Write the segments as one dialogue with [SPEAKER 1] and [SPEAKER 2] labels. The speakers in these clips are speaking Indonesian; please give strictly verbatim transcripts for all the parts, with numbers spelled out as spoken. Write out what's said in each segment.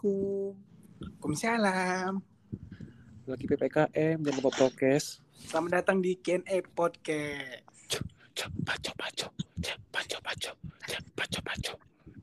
[SPEAKER 1] Assalamualaikum.
[SPEAKER 2] Waalaikumsalam.
[SPEAKER 1] Lagi P P K M, jangan lupa prokes.
[SPEAKER 2] Selamat datang di Q and A Podcast.
[SPEAKER 1] Coba coba coba coba coba coba coba coba.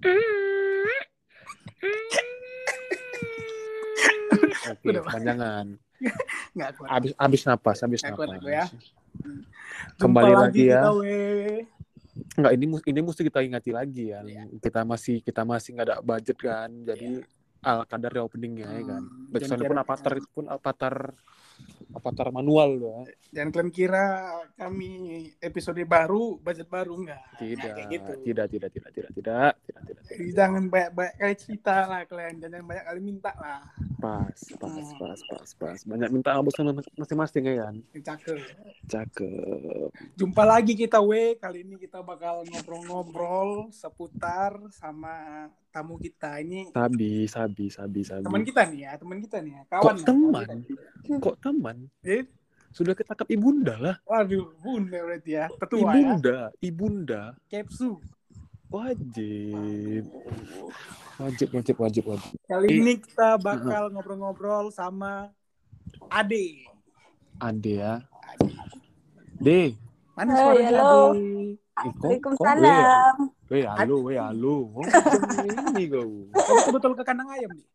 [SPEAKER 1] Oke,
[SPEAKER 2] Udah,
[SPEAKER 1] kepanjangan.
[SPEAKER 2] Nggak kuat.
[SPEAKER 1] Abis abis napas, abis
[SPEAKER 2] Nggak kuat
[SPEAKER 1] napas.
[SPEAKER 2] aku ya.
[SPEAKER 1] Kembali
[SPEAKER 2] Jumpa
[SPEAKER 1] lagi ya.
[SPEAKER 2] Kita, weh.
[SPEAKER 1] Enggak, ini ini mesti kita ingati lagi ya.
[SPEAKER 2] Iya.
[SPEAKER 1] Kita masih kita masih nggak ada budget kan, jadi ala kadar openingnya ya kan.
[SPEAKER 2] Hmm,
[SPEAKER 1] Backsound
[SPEAKER 2] jangan
[SPEAKER 1] pun
[SPEAKER 2] kira-
[SPEAKER 1] avatar itu pun avatar avatar manual ya.
[SPEAKER 2] Dan kalian kira kami episode baru, budget baru enggak?
[SPEAKER 1] Tidak,
[SPEAKER 2] Nggak kayak gitu.
[SPEAKER 1] tidak, tidak, tidak, tidak, tidak, tidak, tidak,
[SPEAKER 2] Jadi
[SPEAKER 1] tidak.
[SPEAKER 2] jangan banyak-banyak kali cerita lah kalian, jangan banyak kali minta lah.
[SPEAKER 1] Pas, pas, pas, pas, pas. Banyak minta abosan masing-masing ya kan.
[SPEAKER 2] Cakep.
[SPEAKER 1] Cakep.
[SPEAKER 2] Jumpa lagi kita, weh. Kali ini kita bakal ngobrol-ngobrol seputar sama tamu kita ini.
[SPEAKER 1] Sabi, sabi, sabi, sabi.
[SPEAKER 2] Teman kita nih ya, teman kita nih ya, kawan.
[SPEAKER 1] Kok teman? Kok teman?
[SPEAKER 2] Eh,
[SPEAKER 1] Sudah ketangkap ibunda lah.
[SPEAKER 2] waduh, bunda berarti ya, tetua ya.
[SPEAKER 1] Ibunda, ibunda.
[SPEAKER 2] Kepsu.
[SPEAKER 1] Wajib. Wajib, wajib, wajib, wajib.
[SPEAKER 2] Kali ini kita bakal ngobrol-ngobrol sama Ade.
[SPEAKER 1] Ade ya.
[SPEAKER 2] Ade.
[SPEAKER 1] De.
[SPEAKER 2] Mana
[SPEAKER 3] Hai,
[SPEAKER 2] suaranya
[SPEAKER 3] halo.
[SPEAKER 2] Ade?
[SPEAKER 1] Eh, kok-
[SPEAKER 3] Waalaikumsalam.
[SPEAKER 1] kok Weh, halo, weh, halo. Oh, ini kau.
[SPEAKER 2] Kau betul-betul ke kandang ayam nih.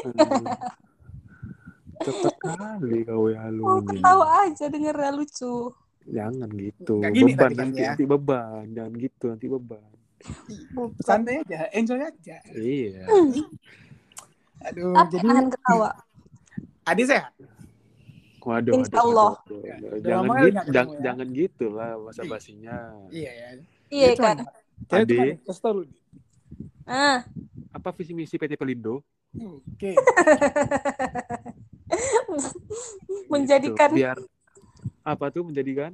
[SPEAKER 1] Cepet kali kau ya
[SPEAKER 3] Oh,
[SPEAKER 1] halunya.
[SPEAKER 3] ketawa aja dengernya lucu.
[SPEAKER 1] Jangan gitu.
[SPEAKER 2] Nggak gini
[SPEAKER 1] Beban
[SPEAKER 2] tadi kan
[SPEAKER 1] nanti,
[SPEAKER 2] ya.
[SPEAKER 1] nanti beban. Jangan gitu, nanti beban.
[SPEAKER 2] Santai aja, enjoy aja.
[SPEAKER 1] Iya.
[SPEAKER 2] Aduh,
[SPEAKER 3] Apa
[SPEAKER 2] jadi
[SPEAKER 3] nahan ketawa?
[SPEAKER 2] Ade sehat.
[SPEAKER 1] Waduh,
[SPEAKER 3] Insya
[SPEAKER 1] waduh,
[SPEAKER 3] Allah.
[SPEAKER 1] waduh.
[SPEAKER 2] Udah
[SPEAKER 1] Jangan
[SPEAKER 2] lama kali
[SPEAKER 1] gitu,
[SPEAKER 2] nggak ketemu
[SPEAKER 1] jangan,
[SPEAKER 2] ya.
[SPEAKER 1] jangan gitu lah bahasa basinya.
[SPEAKER 2] Iya ya.
[SPEAKER 3] Iya
[SPEAKER 2] Itu
[SPEAKER 3] kan?
[SPEAKER 2] mana? Jadi itu
[SPEAKER 1] Ade.
[SPEAKER 2] mana? Kasih tau dulu.
[SPEAKER 3] Ah,
[SPEAKER 1] Apa visi misi P T Pelindo?
[SPEAKER 2] Oke.
[SPEAKER 3] menjadikan
[SPEAKER 1] Gitu. Biar apa tuh menjadikan?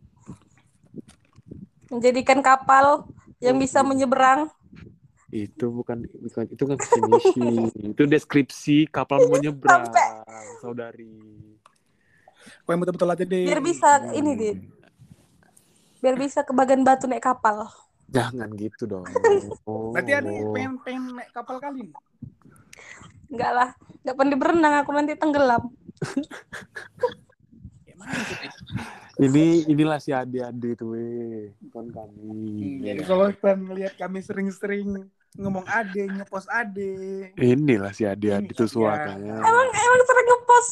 [SPEAKER 3] menjadikan kapal yang
[SPEAKER 1] Oh,
[SPEAKER 3] bisa
[SPEAKER 1] iya.
[SPEAKER 3] menyeberang.
[SPEAKER 1] Itu bukan, bukan itu kan visi misi. Itu deskripsi kapal mau nyebrang, saudari.
[SPEAKER 2] Kau yang betul-betul aja deh.
[SPEAKER 3] Biar bisa ini di biar bisa ke bagian batu naik kapal.
[SPEAKER 1] Jangan gitu dong. Oh.
[SPEAKER 2] Berarti Ade pengen pengen naik kapal kali ini.
[SPEAKER 3] Enggak lah, enggak pandai berenang aku nanti tenggelam.
[SPEAKER 2] Gimana sih?
[SPEAKER 1] Ini inilah si Ade-Ade tuh, weh. Kon kami.
[SPEAKER 2] Hmm,
[SPEAKER 1] ya
[SPEAKER 2] jadi
[SPEAKER 1] kan?
[SPEAKER 2] kalau kalian ngelihat kami sering-sering ngomong Ade, ngepost Ade.
[SPEAKER 1] Inilah si Ade-Ade
[SPEAKER 2] Ini
[SPEAKER 1] tuh
[SPEAKER 2] dia.
[SPEAKER 1] suaranya.
[SPEAKER 3] Emang emang sering ngepost.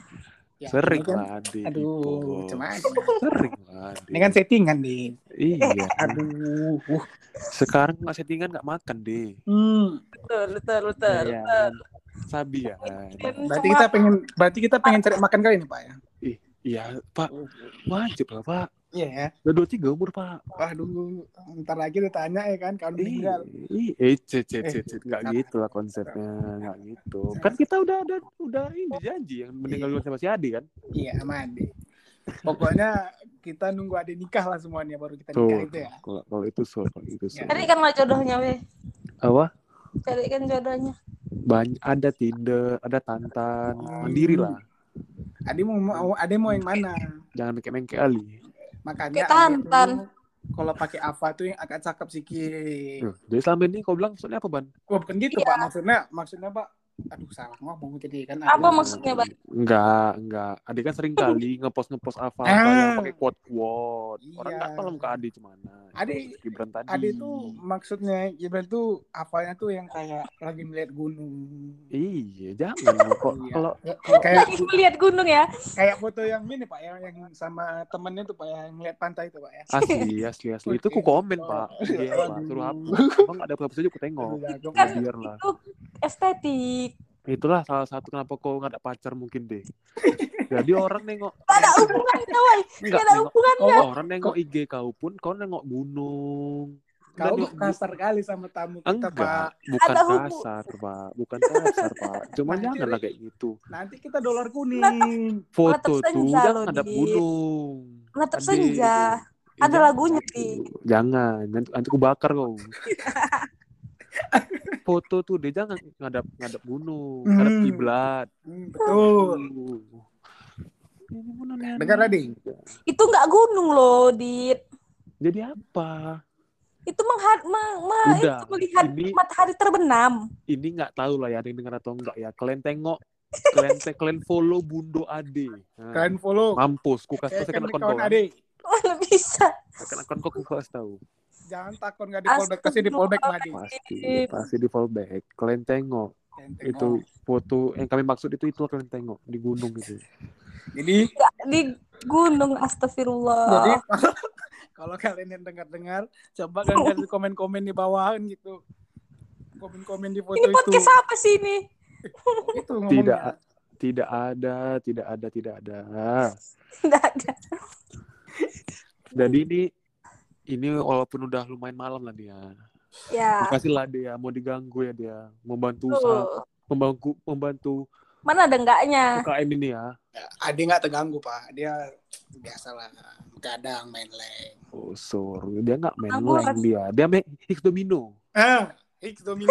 [SPEAKER 2] Ya,
[SPEAKER 1] Sering
[SPEAKER 2] ini kan-
[SPEAKER 1] lah Ade.
[SPEAKER 2] Aduh,
[SPEAKER 1] di-post.
[SPEAKER 2] macam mana?
[SPEAKER 1] Sering lah Ade.
[SPEAKER 2] Ini kan settingan nih.
[SPEAKER 1] Iya.
[SPEAKER 2] Aduh. Uh.
[SPEAKER 1] Sekarang nggak settingan nggak makan deh.
[SPEAKER 2] Hmm.
[SPEAKER 3] Betul, betul, betul.
[SPEAKER 1] Iya.
[SPEAKER 3] betul.
[SPEAKER 1] Sabi ya.
[SPEAKER 2] Berarti kita pengen berarti kita pengen cari makan kali ini, Pak ya.
[SPEAKER 1] Ih, iya Pak. Wajib lah Pak.
[SPEAKER 2] Iya ya.
[SPEAKER 1] Udah dua tiga umur Pak.
[SPEAKER 2] Waduh, ntar lagi udah tanya ya kan kalau meninggal.
[SPEAKER 1] Ih, eh, cet, cet,
[SPEAKER 2] Eh,
[SPEAKER 1] cet, cet. Nggak
[SPEAKER 2] salah.
[SPEAKER 1] gitu lah konsepnya, nggak gitu. Kan kita udah ada, udah ini janji yang meninggal duluan sama si Adi kan.
[SPEAKER 2] Iya, sama Ade. Pokoknya kita nunggu Ade nikah lah semuanya baru kita
[SPEAKER 1] Tuh,
[SPEAKER 2] nikah itu ya.
[SPEAKER 1] kalau kalau itu so, kalau itu so.
[SPEAKER 2] Ya.
[SPEAKER 3] Cari kan lah jodohnya, weh.
[SPEAKER 1] Apa?
[SPEAKER 3] Cari kan jodohnya.
[SPEAKER 1] Banyak ada Tinder, ada Tantan, mandiri lah.
[SPEAKER 2] Ade mau mau Ade mau yang mana?
[SPEAKER 1] Jangan mengke-mengke ali.
[SPEAKER 2] Makanya
[SPEAKER 3] Kayak
[SPEAKER 2] Ade
[SPEAKER 3] Tantan.
[SPEAKER 2] tuh kalau pakai apa tuh yang agak cakep sikit.
[SPEAKER 1] Tuh, jadi selama ini kau bilang maksudnya apa Ban?
[SPEAKER 2] Wah, bukan gitu,
[SPEAKER 3] Iya.
[SPEAKER 2] Pak. Maksudnya maksudnya, Pak. Aduh, salah ngomong jadi kan.
[SPEAKER 3] Apa
[SPEAKER 2] Ade-
[SPEAKER 3] maksudnya, Bang?
[SPEAKER 1] Enggak, enggak. Adi kan sering kali ngepost ngepost apa
[SPEAKER 2] Ah.
[SPEAKER 1] yang pakai quote quote. Orang
[SPEAKER 2] Iya.
[SPEAKER 1] nggak paham ke Adi gimana.
[SPEAKER 2] Adi-
[SPEAKER 1] Gibran tadi.
[SPEAKER 2] Ade tuh maksudnya Gibran tuh apanya tuh yang kayak lagi melihat gunung.
[SPEAKER 1] Iya, jangan kok.
[SPEAKER 2] Iya.
[SPEAKER 1] Kalau
[SPEAKER 2] Kayak
[SPEAKER 3] Lagi melihat gunung ya.
[SPEAKER 2] kayak foto yang ini, Pak, yang yang sama temennya tuh, Pak, yang ngeliat pantai itu, Pak ya.
[SPEAKER 1] asli, asli, asli. Itu ku komen Pak. Iya Pak. Suruh hapus. Abang ada apa saja ku tengok.
[SPEAKER 2] Aduh,
[SPEAKER 1] Ya,
[SPEAKER 2] jago.
[SPEAKER 1] biar lah.
[SPEAKER 3] Itu estetik.
[SPEAKER 1] Itulah salah satu kenapa kau nggak ada pacar mungkin deh. Jadi orang nengok.
[SPEAKER 3] Gak ada hubungannya, woi.
[SPEAKER 1] Enggak
[SPEAKER 3] Gak ada
[SPEAKER 1] nengok.
[SPEAKER 3] hubungannya.
[SPEAKER 1] Orang nengok I G kau pun kau nengok gunung.
[SPEAKER 2] Kau
[SPEAKER 1] Dan-
[SPEAKER 2] kasar kali sama tamu kita,
[SPEAKER 1] Enggak,
[SPEAKER 2] Pak.
[SPEAKER 1] bukan
[SPEAKER 3] Ada hubu-
[SPEAKER 1] kasar, Pak. Bukan kasar, Pak. Cuma
[SPEAKER 2] Nanti
[SPEAKER 1] janganlah
[SPEAKER 2] Ri-
[SPEAKER 1] kayak gitu.
[SPEAKER 2] Nanti kita dolar kuning.
[SPEAKER 1] Foto
[SPEAKER 3] Menatap
[SPEAKER 1] tuh
[SPEAKER 3] senja
[SPEAKER 1] jangan
[SPEAKER 3] loh,
[SPEAKER 1] hadap
[SPEAKER 3] Dit.
[SPEAKER 1] gunung.
[SPEAKER 3] Menatap
[SPEAKER 1] Ade.
[SPEAKER 3] senja.
[SPEAKER 1] Eh,
[SPEAKER 3] Ada
[SPEAKER 1] jangan
[SPEAKER 3] lagunya,
[SPEAKER 1] gitu.
[SPEAKER 3] Di.
[SPEAKER 1] Jangan, nanti, nanti ku bakar kau. Foto tuh dia jangan ngadap ngadap gunung, ngadap
[SPEAKER 2] Hmm.
[SPEAKER 1] kiblat.
[SPEAKER 2] Hmm, betul.
[SPEAKER 1] Uh. Ini pun aneh-aneh.
[SPEAKER 2] Dengar, Ade.
[SPEAKER 3] Itu nggak gunung loh, Dit.
[SPEAKER 1] Jadi apa?
[SPEAKER 3] Itu menghad, me- me-
[SPEAKER 1] Udah,
[SPEAKER 3] itu melihat
[SPEAKER 1] ini
[SPEAKER 3] matahari terbenam.
[SPEAKER 1] ini nggak tahu lah ya ada yang dengar atau enggak ya. Kalian tengok, kalian te- kalian follow Bundo Ade. Nah,
[SPEAKER 2] Kalian follow.
[SPEAKER 1] mampus, ku kasih
[SPEAKER 2] Kayak
[SPEAKER 1] tahu
[SPEAKER 2] kan
[SPEAKER 1] akun
[SPEAKER 2] kawan
[SPEAKER 1] kau kan.
[SPEAKER 2] Ade.
[SPEAKER 3] Mana bisa?
[SPEAKER 1] Akan akun kau ku kasih tahu.
[SPEAKER 2] Jangan takut nggak di fallback, kasih di fallback Madi.
[SPEAKER 1] Pasti, pasti di fallback. Kalian tengok.
[SPEAKER 2] Kalian
[SPEAKER 1] Itu
[SPEAKER 2] tengok.
[SPEAKER 1] foto yang kami maksud itu itu kalian tengok di gunung itu.
[SPEAKER 2] Jadi
[SPEAKER 3] Nggak, di gunung, astagfirullah.
[SPEAKER 2] Jadi kalau kalian yang dengar-dengar, coba kalian kasih komen-komen di bawah gitu. Komen-komen di foto
[SPEAKER 3] Ini
[SPEAKER 2] itu.
[SPEAKER 3] podcast apa sih ini?
[SPEAKER 2] Itu
[SPEAKER 1] Tidak,
[SPEAKER 2] ngomongnya.
[SPEAKER 1] tidak ada, tidak ada, tidak ada.
[SPEAKER 3] Nggak ada.
[SPEAKER 1] Jadi ini, ini walaupun udah lumayan malam lah dia.
[SPEAKER 3] Ya.
[SPEAKER 1] Makasih lah dia, mau diganggu ya dia, membantu usaha,
[SPEAKER 3] Tuh.
[SPEAKER 1] membantu, membantu
[SPEAKER 3] Mana ada enggaknya?
[SPEAKER 1] U K M ini ya.
[SPEAKER 2] Ade nggak terganggu Pak, dia biasalah kadang main leng.
[SPEAKER 1] Oh, sorry. Dia nggak main
[SPEAKER 3] Nganggur.
[SPEAKER 1] leng dia. Dia main Hicks Domino.
[SPEAKER 2] Ah, X domino.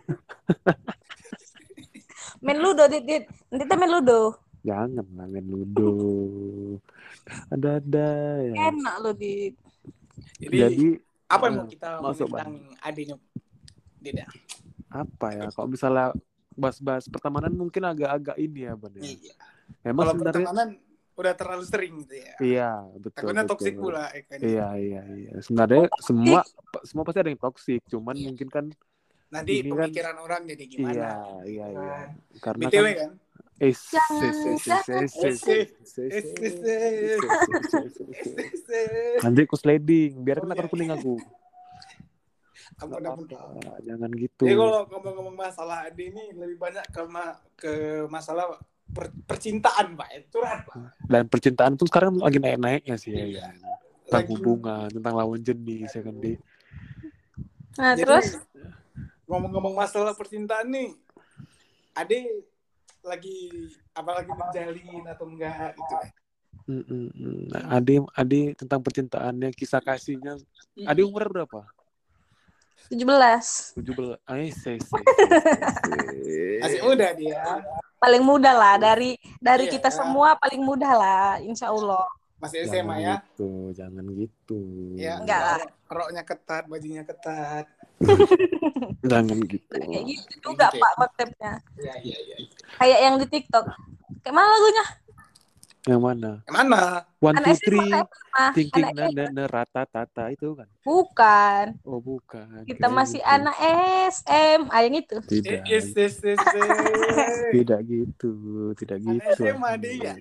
[SPEAKER 3] Main ludo, dit, dit. Nanti kita main ludo.
[SPEAKER 1] Jangan lah main ludo. Ada-ada ya.
[SPEAKER 3] Enak lo, dit.
[SPEAKER 2] Jadi,
[SPEAKER 1] Jadi
[SPEAKER 2] apa yang
[SPEAKER 1] eh,
[SPEAKER 2] mau kita
[SPEAKER 1] masuk,
[SPEAKER 2] ngomongin tentang adenya Dida?
[SPEAKER 1] apa ya? Kalau misalnya bahas-bahas pertemanan mungkin agak-agak ini ya, Bang. Ya.
[SPEAKER 2] Iya.
[SPEAKER 1] Memang
[SPEAKER 2] Kalau
[SPEAKER 1] sebenarnya
[SPEAKER 2] pertemanan udah terlalu sering gitu ya.
[SPEAKER 1] iya, betul.
[SPEAKER 2] Takutnya
[SPEAKER 1] betul.
[SPEAKER 2] toksik pula ya kan.
[SPEAKER 1] Iya, iya, iya. Sebenarnya semua semua pasti ada yang toksik, cuman
[SPEAKER 2] Iya.
[SPEAKER 1] mungkin kan
[SPEAKER 2] Nanti
[SPEAKER 1] ini kan-
[SPEAKER 2] pemikiran orang jadi gimana?
[SPEAKER 1] iya, iya, iya. Karena
[SPEAKER 2] B T W
[SPEAKER 1] kan
[SPEAKER 2] kan?
[SPEAKER 1] eh,
[SPEAKER 3] Jangan,
[SPEAKER 1] se- se- se- se-
[SPEAKER 2] jangan.
[SPEAKER 1] se- se- se- se-
[SPEAKER 2] Eh, eh,
[SPEAKER 1] se- se- Nanti aku sliding, biar kena
[SPEAKER 2] Oh,
[SPEAKER 1] kartu
[SPEAKER 2] iya.
[SPEAKER 1] kuning aku.
[SPEAKER 2] Ampun,
[SPEAKER 1] Nggak
[SPEAKER 2] ampun.
[SPEAKER 1] apa-apa, jangan gitu.
[SPEAKER 2] Jadi kalau ngomong-ngomong masalah Ade ini lebih banyak ke ma- ke masalah per- percintaan Pak, itu curhat Pak.
[SPEAKER 1] Dan percintaan tuh sekarang lagi naik-naiknya sih ya.
[SPEAKER 2] Iya.
[SPEAKER 1] Kan? Tentang
[SPEAKER 2] Lagi-
[SPEAKER 1] hubungan, tentang lawan jenis ya kan di.
[SPEAKER 3] Nah,
[SPEAKER 2] Jadi,
[SPEAKER 3] terus?
[SPEAKER 2] ngomong-ngomong masalah percintaan nih, Ade lagi apalagi menjalin atau enggak gitu.
[SPEAKER 1] Mm, mm, mm. Nah, Ade, Ade tentang percintaannya, kisah kasihnya. Ade umur berapa?
[SPEAKER 3] tujuh belas.
[SPEAKER 1] tujuh belas. Ay, se, se, se,
[SPEAKER 2] Masih
[SPEAKER 1] se.
[SPEAKER 2] muda dia.
[SPEAKER 3] Paling muda lah. Dari dari
[SPEAKER 2] Iya.
[SPEAKER 3] kita semua paling muda lah. Insya Allah.
[SPEAKER 2] Masih S M
[SPEAKER 1] Jangan
[SPEAKER 2] A ya.
[SPEAKER 1] gitu, jangan gitu.
[SPEAKER 2] Ya,
[SPEAKER 3] Enggak lah.
[SPEAKER 2] Roknya ketat, bajunya ketat.
[SPEAKER 1] Jangan gitu.
[SPEAKER 3] Kayak gitu juga
[SPEAKER 2] Gitu.
[SPEAKER 3] Pak konsepnya.
[SPEAKER 2] Iya, iya, iya.
[SPEAKER 3] Kayak yang di TikTok. Kayak mana lagunya?
[SPEAKER 1] Yang mana?
[SPEAKER 2] Mana?
[SPEAKER 1] One,
[SPEAKER 3] Anak
[SPEAKER 1] two, three.
[SPEAKER 3] S M A.
[SPEAKER 1] Thinking
[SPEAKER 3] Anak
[SPEAKER 1] na, na, na, rata, tata itu kan?
[SPEAKER 3] Bukan.
[SPEAKER 1] Oh, bukan.
[SPEAKER 3] Kita
[SPEAKER 1] Kirain
[SPEAKER 3] masih
[SPEAKER 1] gitu.
[SPEAKER 3] anak S M A yang itu.
[SPEAKER 1] Tidak.
[SPEAKER 2] Eh, is, is, is, is.
[SPEAKER 1] Tidak gitu. Tidak
[SPEAKER 2] Anak
[SPEAKER 1] gitu.
[SPEAKER 2] S M A dia ya?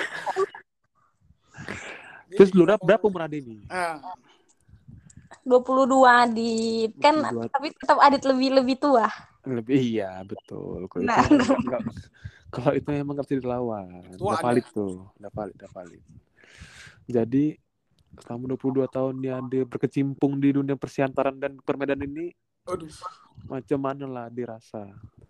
[SPEAKER 1] Terus lu berapa, berapa umur Ade nih?
[SPEAKER 2] Ah,
[SPEAKER 3] dua puluh dua Adit. Kan
[SPEAKER 1] dua puluh dua.
[SPEAKER 3] tapi tetap Adit lebih lebih tua.
[SPEAKER 1] Lebih iya, betul. Kalau
[SPEAKER 3] Nah.
[SPEAKER 1] itu enggak, enggak, kalau itu emang nggak bisa dilawan.
[SPEAKER 2] Tua
[SPEAKER 1] Udah
[SPEAKER 2] ada.
[SPEAKER 1] valid tuh. Udah valid, udah valid. Jadi selama dua puluh dua tahun dia Ade berkecimpung di dunia persiantaran dan permedan ini,
[SPEAKER 2] aduh.
[SPEAKER 1] macam mana lah dirasa.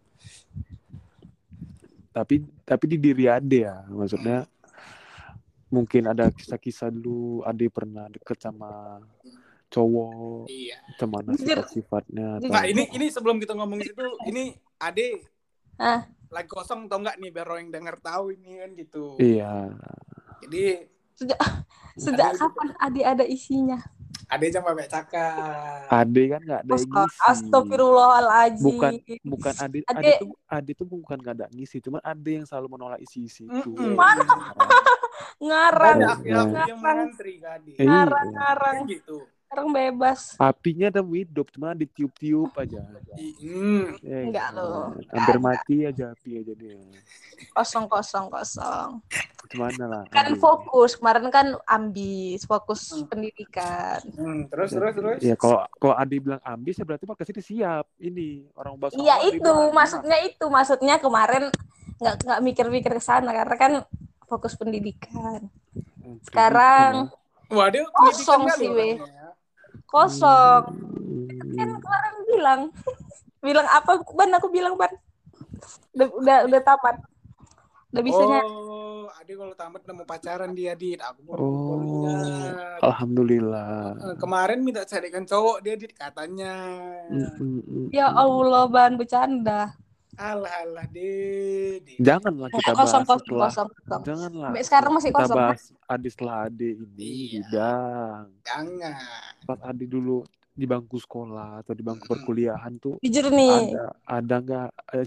[SPEAKER 1] Tapi tapi di diri Ade ya, maksudnya mungkin ada kisah-kisah dulu Ade pernah deket sama cowok,
[SPEAKER 2] Iya.
[SPEAKER 1] macam mana
[SPEAKER 3] Jujur.
[SPEAKER 1] sifat-sifatnya. atau-
[SPEAKER 2] Nah, ini ini sebelum kita ngomong itu, ini Ade
[SPEAKER 3] Ah.
[SPEAKER 2] lagi kosong atau enggak nih biar orang yang denger tahu ini kan gitu.
[SPEAKER 1] Iya.
[SPEAKER 2] Jadi
[SPEAKER 3] Sejak sejak
[SPEAKER 2] Ada-
[SPEAKER 3] kapan Adi ada isinya?
[SPEAKER 2] Ade jangan baik cakap.
[SPEAKER 1] Ade kan nggak ada yang ngisi.
[SPEAKER 3] Astagfirullahaladzim.
[SPEAKER 1] Bukan bukan Ade
[SPEAKER 3] Ade-
[SPEAKER 1] Ade tuh Ade tuh bukan nggak ada ngisi, cuman Ade yang selalu menolak isi-isi itu.
[SPEAKER 2] Mm-mm.
[SPEAKER 3] Mana? Ngarang,
[SPEAKER 2] Ada aki-aki
[SPEAKER 1] Iya.
[SPEAKER 2] yang mengantri ke Ade.
[SPEAKER 1] Eh,
[SPEAKER 3] ngarang,
[SPEAKER 1] iya.
[SPEAKER 3] ngarang.
[SPEAKER 2] Kan gitu.
[SPEAKER 3] Ngarang bebas.
[SPEAKER 1] Apinya ada hidup, cuma ditiup-tiup aja.
[SPEAKER 2] I- Hmm.
[SPEAKER 1] Ya,
[SPEAKER 3] Enggak
[SPEAKER 1] kan?
[SPEAKER 3] loh.
[SPEAKER 1] Hampir mati aja api aja dia.
[SPEAKER 3] Kosong, kosong, kosong.
[SPEAKER 1] Gimana lah?
[SPEAKER 3] Kan
[SPEAKER 1] Ade.
[SPEAKER 3] fokus. Kemarin kan ambis. Fokus
[SPEAKER 2] Hmm.
[SPEAKER 3] pendidikan.
[SPEAKER 2] Hmm, terus terus terus.
[SPEAKER 1] Ya kalau kalau Ade bilang ambis ya berarti podcast ini siap. Ini orang bahasa
[SPEAKER 3] Iya
[SPEAKER 1] Ade
[SPEAKER 3] itu.
[SPEAKER 1] bilang,
[SPEAKER 3] Maksudnya itu. Maksudnya kemarin nggak nggak mikir-mikir ke sana. Karena kan fokus pendidikan.
[SPEAKER 1] "Hmm,
[SPEAKER 3] Sekarang
[SPEAKER 2] Wah, dia
[SPEAKER 3] Kosong
[SPEAKER 2] pendidikan
[SPEAKER 3] sih,
[SPEAKER 2] kali
[SPEAKER 3] weh.
[SPEAKER 2] orangnya.
[SPEAKER 3] kosong.
[SPEAKER 1] Hmm.
[SPEAKER 3] Kan kemarin bilang. Bilang apa? Ban, aku bilang, Ban. Udah, udah, udah tamat. Udah bisa nyari.
[SPEAKER 2] Oh, Ade kalau tamat udah mau pacaran dia, Dit. Aku baru
[SPEAKER 1] Oh,
[SPEAKER 2] baru ingat.
[SPEAKER 1] alhamdulillah.
[SPEAKER 2] Eh, Kemarin minta carikan cowok dia, Dit, katanya.
[SPEAKER 1] Mm, mm, mm,
[SPEAKER 3] Ya
[SPEAKER 1] mm.
[SPEAKER 3] Allah, Ban, bercanda.
[SPEAKER 2] Alah, alah, Dit. Dit.
[SPEAKER 1] Janganlah kita bahas
[SPEAKER 3] Kosong, kosong,
[SPEAKER 1] setelah
[SPEAKER 3] kosong, kosong.
[SPEAKER 1] janganlah.
[SPEAKER 3] Sampai sekarang masih
[SPEAKER 1] kita
[SPEAKER 3] kosong,
[SPEAKER 1] bahas Ade setelah Ade ini
[SPEAKER 2] Iya.
[SPEAKER 1] bidang.
[SPEAKER 2] Jangan.
[SPEAKER 1] Pas Ade dulu di bangku sekolah atau di bangku perkuliahan tuh
[SPEAKER 3] Jujur nih.
[SPEAKER 1] ada ada nggak eh,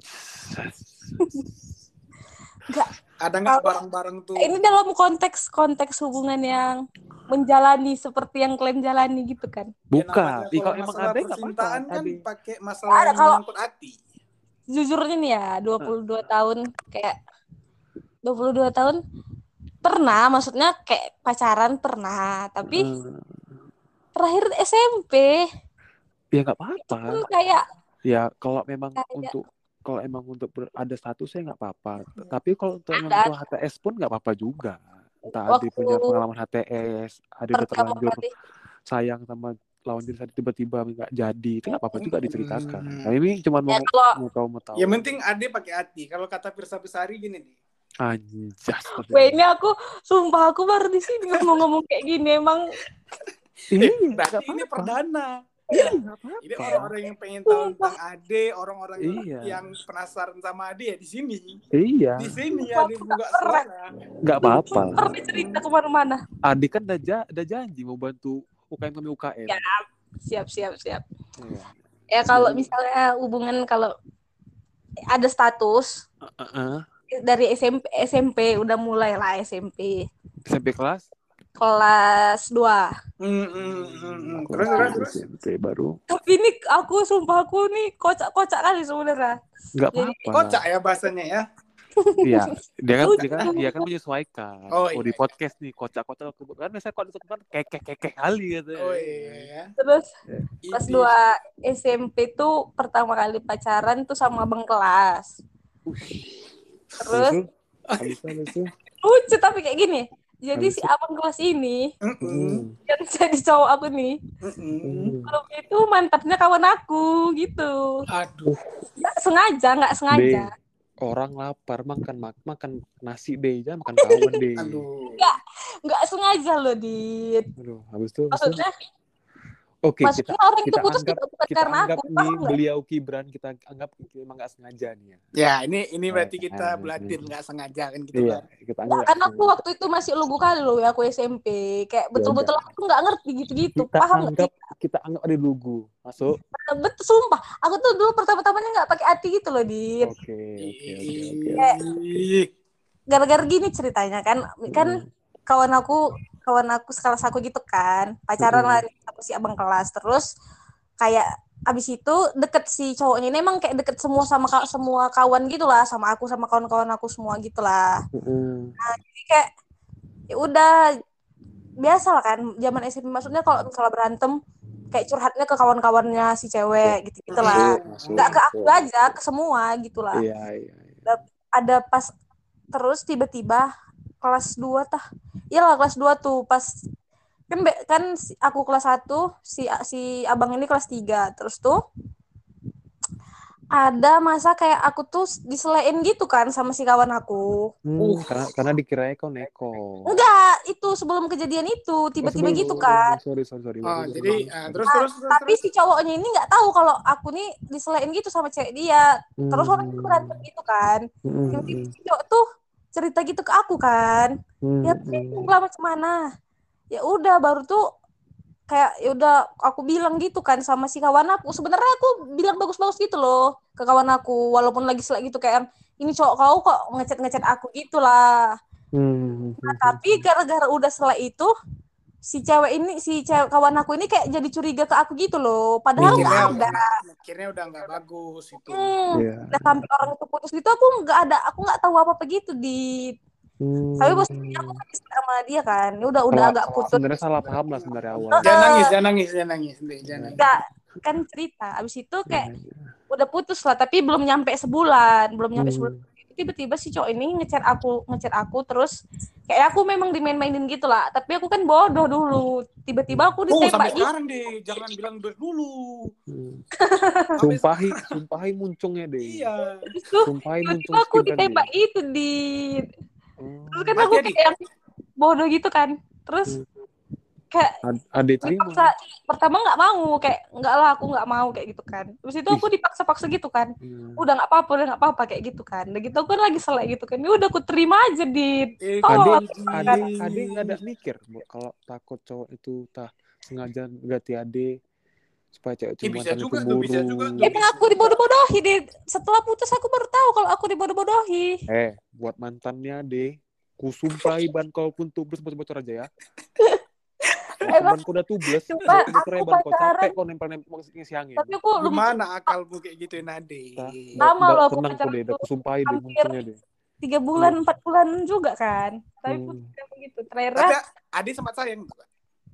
[SPEAKER 3] Enggak.
[SPEAKER 2] Ada nggak
[SPEAKER 3] Kalau-
[SPEAKER 2] barang-barang tuh?
[SPEAKER 3] Ini dalam konteks konteks hubungan yang menjalani seperti yang kalian jalani gitu kan.
[SPEAKER 2] Ya,
[SPEAKER 1] bukan.
[SPEAKER 2] namanya
[SPEAKER 1] Ih,
[SPEAKER 2] kalau
[SPEAKER 1] kalau emang
[SPEAKER 2] masalah
[SPEAKER 1] ada nggak apa-apa.
[SPEAKER 2] percintaan kan
[SPEAKER 1] Ade.
[SPEAKER 2] pakai masalah
[SPEAKER 3] Ada,
[SPEAKER 2] yang
[SPEAKER 3] kalau-
[SPEAKER 2] menyangkut hati.
[SPEAKER 3] Jujurnya nih ya, dua puluh dua tahun kayak dua puluh dua tahun pernah, maksudnya kayak pacaran pernah, tapi
[SPEAKER 1] Eh,
[SPEAKER 3] terakhir S M P
[SPEAKER 1] ya nggak apa-apa.
[SPEAKER 3] pun kayak
[SPEAKER 1] Ya kalau memang
[SPEAKER 3] Kayak-
[SPEAKER 1] untuk kalau emang untuk ber- ada statusnya nggak apa-apa. Tapi kalau untuk emang
[SPEAKER 3] Ada.
[SPEAKER 1] untuk H T S pun nggak apa-apa juga. Entah
[SPEAKER 3] Waktu
[SPEAKER 1] Ade punya pengalaman H T S, Ade udah
[SPEAKER 3] pertama
[SPEAKER 1] terlanjur
[SPEAKER 3] kali
[SPEAKER 1] sayang sama lawan jenis Ade tiba-tiba nggak jadi, itu nggak apa-apa juga diceritakan.
[SPEAKER 2] Hmm.
[SPEAKER 1] Nah ini cuma mau
[SPEAKER 3] Ya, kalau-
[SPEAKER 1] mau tahu mau tahu.
[SPEAKER 2] Yang penting Ade pakai hati. Kalau kata Pirsa Besari gini nih.
[SPEAKER 1] Anjas.
[SPEAKER 3] Weh, ini aku sumpah aku baru di sini ngomong-ngomong kayak gini emang
[SPEAKER 1] Iya,
[SPEAKER 2] Eh, berarti
[SPEAKER 1] nggak
[SPEAKER 2] ini
[SPEAKER 1] apa-apa.
[SPEAKER 2] perdana.
[SPEAKER 1] Iya, nggak
[SPEAKER 2] Ini
[SPEAKER 1] apa-apa.
[SPEAKER 2] orang-orang yang pengen tahu tentang Ade, orang-orang
[SPEAKER 1] Iya.
[SPEAKER 2] yang penasaran sama Ade ya di sini.
[SPEAKER 1] Iya,
[SPEAKER 2] Di sini Ade buka suara.
[SPEAKER 1] nggak apa-apa.
[SPEAKER 3] pernah cerita kemana-mana.
[SPEAKER 1] Ade kan udah, ja- udah janji mau bantu U K M kami U K M.
[SPEAKER 3] Ya. Siap, siap, siap.
[SPEAKER 1] Iya.
[SPEAKER 3] Ya kalau misalnya hubungan kalau ada status
[SPEAKER 1] Uh-uh.
[SPEAKER 3] dari S M P S M P udah mulai lah S M P
[SPEAKER 1] S M P kelas?
[SPEAKER 3] kelas dua.
[SPEAKER 2] Hmm, hmm, hmm, hmm.
[SPEAKER 1] Aku
[SPEAKER 2] Terus
[SPEAKER 1] masih
[SPEAKER 2] terus terus.
[SPEAKER 1] S M P baru.
[SPEAKER 3] Tapi ini aku sumpah aku nih kocak-kocak kali sebenarnya.
[SPEAKER 1] Nggak
[SPEAKER 3] Jadi,
[SPEAKER 1] apa-apa.
[SPEAKER 2] Kocak ya bahasanya ya.
[SPEAKER 1] Iya, dia kan
[SPEAKER 3] Lucu.
[SPEAKER 1] dia kan dia kan menyesuaikan.
[SPEAKER 2] Oh,
[SPEAKER 1] Oh,
[SPEAKER 2] iya,
[SPEAKER 1] di podcast nih kocak-kocak aku kan biasanya kalau disebut kan kekek-kekek kali gitu.
[SPEAKER 2] Oh iya ya.
[SPEAKER 3] Terus kelas
[SPEAKER 2] Ini-
[SPEAKER 3] dua S M P tuh pertama kali pacaran tuh sama abang kelas. Terus
[SPEAKER 1] habis itu, habis itu.
[SPEAKER 3] lucu tapi kayak gini. Jadi
[SPEAKER 1] Habis
[SPEAKER 3] si abang kelas ini
[SPEAKER 2] Mm-mm,
[SPEAKER 1] Hmm.
[SPEAKER 3] yang jadi cowok aku nih,
[SPEAKER 2] mm-mm.
[SPEAKER 1] Hmm.
[SPEAKER 3] belum itu mantannya kawan aku gitu.
[SPEAKER 2] Aduh.
[SPEAKER 3] Nggak sengaja, nggak sengaja.
[SPEAKER 1] Deh, orang lapar makan mak- makan nasi deh, jangan makan kawan deh.
[SPEAKER 2] Aduh.
[SPEAKER 3] Nggak sengaja loh, Dit.
[SPEAKER 1] Aduh, habis itu, habis itu.
[SPEAKER 3] Maksudnya,
[SPEAKER 1] Oke, kita
[SPEAKER 3] maksudnya orang itu
[SPEAKER 1] kita
[SPEAKER 3] putus
[SPEAKER 1] anggap
[SPEAKER 3] itu bukan
[SPEAKER 1] kita
[SPEAKER 3] karena
[SPEAKER 1] anggap
[SPEAKER 3] aku.
[SPEAKER 1] nih
[SPEAKER 3] Paham nggak?
[SPEAKER 1] beliau Kibran kita anggap emang nggak sengaja nih ya.
[SPEAKER 2] Ya ini ini berarti
[SPEAKER 1] Eh,
[SPEAKER 2] kita
[SPEAKER 1] eh,
[SPEAKER 2] belatin
[SPEAKER 1] eh.
[SPEAKER 2] nggak sengaja kan gitu
[SPEAKER 1] Iya,
[SPEAKER 2] kan.
[SPEAKER 1] kita
[SPEAKER 3] Nggak,
[SPEAKER 1] anggap.
[SPEAKER 3] karena aku waktu itu masih lugu kali loh ya, aku S M P. Kayak betul-betul aku nggak ngerti gitu-gitu.
[SPEAKER 1] kita
[SPEAKER 3] Paham nggak?
[SPEAKER 1] anggap kita anggap ada lugu masuk.
[SPEAKER 3] Betul, sumpah. Aku tuh dulu pertama-tamanya nggak pakai hati gitu loh, Dit.
[SPEAKER 1] Oke, oke, oke, oke.
[SPEAKER 2] Ih,
[SPEAKER 3] Gara-gara gini ceritanya kan, kan
[SPEAKER 1] Hmm.
[SPEAKER 3] kawan aku kawan aku sekelas aku gitu kan, pacaran
[SPEAKER 1] Mm-mm.
[SPEAKER 3] lah nih sama si abang kelas. Terus kayak abis itu deket si cowoknya ini emang kayak deket semua sama ka- semua kawan gitu lah, sama aku sama kawan-kawan aku semua gitu lah.
[SPEAKER 1] Mm-mm.
[SPEAKER 3] Jadi kayak ya udah biasa lah kan zaman S M P, maksudnya kalau misalnya berantem kayak curhatnya ke kawan-kawannya si cewek gitu gitu lah,
[SPEAKER 1] Masuk,
[SPEAKER 3] nggak ke aku
[SPEAKER 1] masuk.
[SPEAKER 3] aja, ke semua gitu lah.
[SPEAKER 1] Iya, iya. iya.
[SPEAKER 3] Ada pas terus tiba-tiba kelas dua tah. Iyalah kelas dua tuh pas kan be- kan si- aku kelas satu, si si abang ini kelas tiga. Terus tuh ada masa kayak aku tuh diselein gitu kan sama si kawan aku.
[SPEAKER 1] Hmm,
[SPEAKER 2] Uh.
[SPEAKER 1] karena karena dikiranya kau neko.
[SPEAKER 3] Enggak, itu sebelum kejadian itu tiba-tiba
[SPEAKER 1] Oh, sebelum-
[SPEAKER 3] gitu kan.
[SPEAKER 1] oh, sorry, sorry, sorry.
[SPEAKER 2] ah,
[SPEAKER 1] Baru-
[SPEAKER 2] jadi
[SPEAKER 1] baru-
[SPEAKER 2] ah, terus terus terus.
[SPEAKER 3] Tapi
[SPEAKER 2] terus.
[SPEAKER 3] si cowoknya ini nggak tahu kalau aku nih diselein gitu sama cewek dia. Terus
[SPEAKER 1] Hmm.
[SPEAKER 3] orang itu berantem gitu kan.
[SPEAKER 1] Hmm,
[SPEAKER 3] Tiba-tiba
[SPEAKER 1] hmm,
[SPEAKER 3] si cowok tuh cerita gitu ke aku kan.
[SPEAKER 1] hmm,
[SPEAKER 3] Ya
[SPEAKER 1] hmm.
[SPEAKER 3] lah macam mana. Ya udah baru tuh kayak ya udah aku bilang gitu kan sama si kawan aku. Sebenarnya aku bilang bagus-bagus gitu loh ke kawan aku, walaupun lagi selek gitu kayak ini cowok kau kok ngechat-ngechat aku gitulah.
[SPEAKER 1] Hmm,
[SPEAKER 3] Nah,
[SPEAKER 1] hmm,
[SPEAKER 3] tapi gara-gara udah selek itu si cewek ini si cewek kawan aku ini kayak jadi curiga ke aku gitu loh. Padahal nggak
[SPEAKER 2] Mikirnya,
[SPEAKER 3] ada.
[SPEAKER 2] mikirnya udah nggak bagus itu.
[SPEAKER 3] Hmm,
[SPEAKER 1] Iya.
[SPEAKER 3] udah sampai orang itu putus gitu aku nggak ada, aku nggak tahu apa-apa gitu di.
[SPEAKER 1] Hmm.
[SPEAKER 3] Tapi posisinya aku kan sama dia kan. Ya udah udah
[SPEAKER 1] Salah-
[SPEAKER 3] agak putus.
[SPEAKER 1] Sebenarnya salah paham lah sebenarnya awal.
[SPEAKER 2] Jangan nangis, jangan nangis, jangan nangis, Deh, jangan nangis.
[SPEAKER 3] Enggak, kan cerita. Abis itu
[SPEAKER 1] Iya,
[SPEAKER 3] kayak udah putus lah, tapi belum nyampe sebulan, belum nyampe
[SPEAKER 1] Hmm.
[SPEAKER 3] sebulan. Tiba-tiba si cowok ini ngechat aku, ngechat aku terus kayak aku memang dimain-mainin gitu lah. Tapi aku kan bodoh dulu. Tiba-tiba aku
[SPEAKER 2] Oh,
[SPEAKER 3] ditembak
[SPEAKER 2] sampai
[SPEAKER 3] gitu.
[SPEAKER 2] sekarang deh, jangan bilang dari dulu.
[SPEAKER 1] Hmm. Sumpahi, sumpahi muncungnya deh.
[SPEAKER 2] Iya.
[SPEAKER 3] Terus tuh
[SPEAKER 1] Sumpahi muncung
[SPEAKER 3] tiba-tiba aku
[SPEAKER 1] skin tadi.
[SPEAKER 3] ditembak itu di.
[SPEAKER 1] Oh.
[SPEAKER 3] Terus kan
[SPEAKER 2] Mati
[SPEAKER 3] aku
[SPEAKER 2] ya, Di?
[SPEAKER 3] kayak bodoh gitu kan. Terus kayak
[SPEAKER 1] Ad- Ade terima.
[SPEAKER 3] dipaksa, pertama nggak mau, kayak nggak lah aku nggak mau kayak gitu kan. Terus itu aku dipaksa-paksa gitu kan.
[SPEAKER 1] Hmm.
[SPEAKER 3] Udah nggak apa-apa, udah nggak apa-apa kayak gitu kan. Udah gitu aku kan lagi selek gitu kan. Ya udah aku terima aja di.
[SPEAKER 2] Eh,
[SPEAKER 3] Oh,
[SPEAKER 1] Ade,
[SPEAKER 2] kan.
[SPEAKER 1] Ade, Ade nggak ada mikir Bu, kalau takut cowok itu tah sengaja ganti Ade. supaya cewek
[SPEAKER 2] Eh,
[SPEAKER 1] cuma
[SPEAKER 2] bisa
[SPEAKER 1] mantannya
[SPEAKER 2] juga
[SPEAKER 1] tuh
[SPEAKER 2] tuh, bisa juga
[SPEAKER 1] cemburu.
[SPEAKER 2] tuh.
[SPEAKER 3] Emang aku dibodoh-bodohi deh. Setelah putus aku baru tahu kalau aku dibodoh-bodohi.
[SPEAKER 1] Eh, buat mantannya deh, kusumpahi ban kau pun tubles bocor-bocor aja ya. Kalau
[SPEAKER 3] Emang
[SPEAKER 1] ban kau udah tubles,
[SPEAKER 3] cuma
[SPEAKER 1] bocor-bocor aja
[SPEAKER 3] aku
[SPEAKER 1] ban kau,
[SPEAKER 3] pacaran,
[SPEAKER 1] capek kau nempel-nempel ngisi angin.
[SPEAKER 3] tapi aku lum-
[SPEAKER 2] Gimana akalmu kayak gitu Nade?
[SPEAKER 1] Tah,
[SPEAKER 3] lama
[SPEAKER 1] udah
[SPEAKER 3] loh aku
[SPEAKER 1] tenang kau
[SPEAKER 3] pacaran
[SPEAKER 1] deh, udah
[SPEAKER 3] tuh.
[SPEAKER 1] kusumpahi deh
[SPEAKER 3] Hampir
[SPEAKER 1] munculnya deh.
[SPEAKER 3] tiga bulan,
[SPEAKER 1] Hmm.
[SPEAKER 3] empat bulan juga kan. Tapi
[SPEAKER 1] Hmm.
[SPEAKER 3] putus kayak begitu. Terakhir,
[SPEAKER 2] Tapi Ade sempat sayang juga.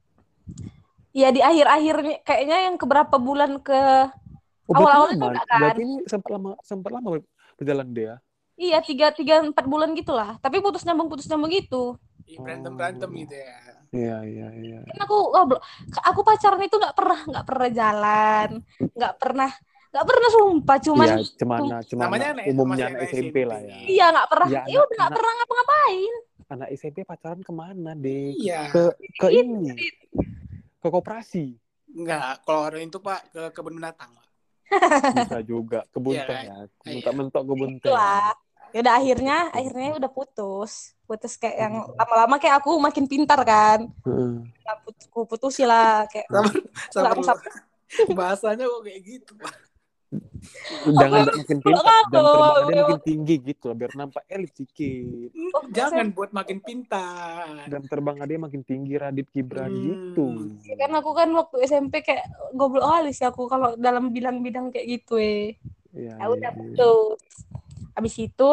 [SPEAKER 3] ya di akhir-akhirnya kayaknya yang keberapa bulan ke
[SPEAKER 1] Oh, berarti
[SPEAKER 3] awal-awalnya
[SPEAKER 1] lama.
[SPEAKER 3] enggak kan?
[SPEAKER 1] Berarti ini sempat lama, sempat lama berjalan deh ya.
[SPEAKER 3] Iya, tiga, tiga, empat bulan gitulah. Tapi putus nyambung, putus nyambung gitu.
[SPEAKER 2] Ih, berantem-berantem gitu ya.
[SPEAKER 1] Iya, iya, iya.
[SPEAKER 3] Kan aku goblok. Aku pacaran itu nggak pernah, nggak pernah jalan, nggak pernah, nggak pernah sumpah. Cuman,
[SPEAKER 1] Iya, cemana, cemana
[SPEAKER 2] Namanya anak-
[SPEAKER 1] umumnya
[SPEAKER 2] masih
[SPEAKER 1] anak
[SPEAKER 2] anak
[SPEAKER 1] S M P lah ya.
[SPEAKER 3] iya nggak pernah.
[SPEAKER 1] Ya,
[SPEAKER 3] Ya
[SPEAKER 1] anak-
[SPEAKER 3] udah nggak
[SPEAKER 1] anak-
[SPEAKER 3] pernah ngapa-ngapain.
[SPEAKER 1] Anak S M P pacaran kemana deh?
[SPEAKER 2] Iya.
[SPEAKER 1] Ke ke
[SPEAKER 3] Itu,
[SPEAKER 1] ini, ke koperasi.
[SPEAKER 2] Enggak, kalau orang itu Pak ke kebun binatang. Pak.
[SPEAKER 1] Bisa juga kebun
[SPEAKER 2] Iya,
[SPEAKER 1] teh
[SPEAKER 2] kan?
[SPEAKER 1] ya.
[SPEAKER 2] Iya.
[SPEAKER 1] Mentok-mentok kebun teh.
[SPEAKER 3] Itulah. Ya udah akhirnya, akhirnya udah putus. Putus kayak yang lama-lama kayak aku makin pintar kan.
[SPEAKER 1] Heeh.
[SPEAKER 3] Nah, put- aku putusin lah kayak.
[SPEAKER 2] Sabar, sabar.
[SPEAKER 3] Nggak
[SPEAKER 2] lu. Bahasanya kok kayak gitu, Pak.
[SPEAKER 1] Jangan
[SPEAKER 3] Aku-
[SPEAKER 1] makin
[SPEAKER 3] aku
[SPEAKER 1] pintar,
[SPEAKER 3] nggak
[SPEAKER 1] jam
[SPEAKER 3] tahu.
[SPEAKER 1] terbang dia makin tinggi gitu loh, biar nampak elit sedikit.
[SPEAKER 3] Oh,
[SPEAKER 2] Jangan buat makin pintar.
[SPEAKER 1] Jam terbang dia makin tinggi, Radit Gibran
[SPEAKER 2] Hmm.
[SPEAKER 1] gitu.
[SPEAKER 3] kan aku kan waktu S M P kayak goblok kali sih aku kalau dalam bidang-bidang kayak gitu eh.
[SPEAKER 1] Iya,
[SPEAKER 3] Ya
[SPEAKER 1] iya,
[SPEAKER 3] udah
[SPEAKER 1] iya.
[SPEAKER 3] putus. Habis itu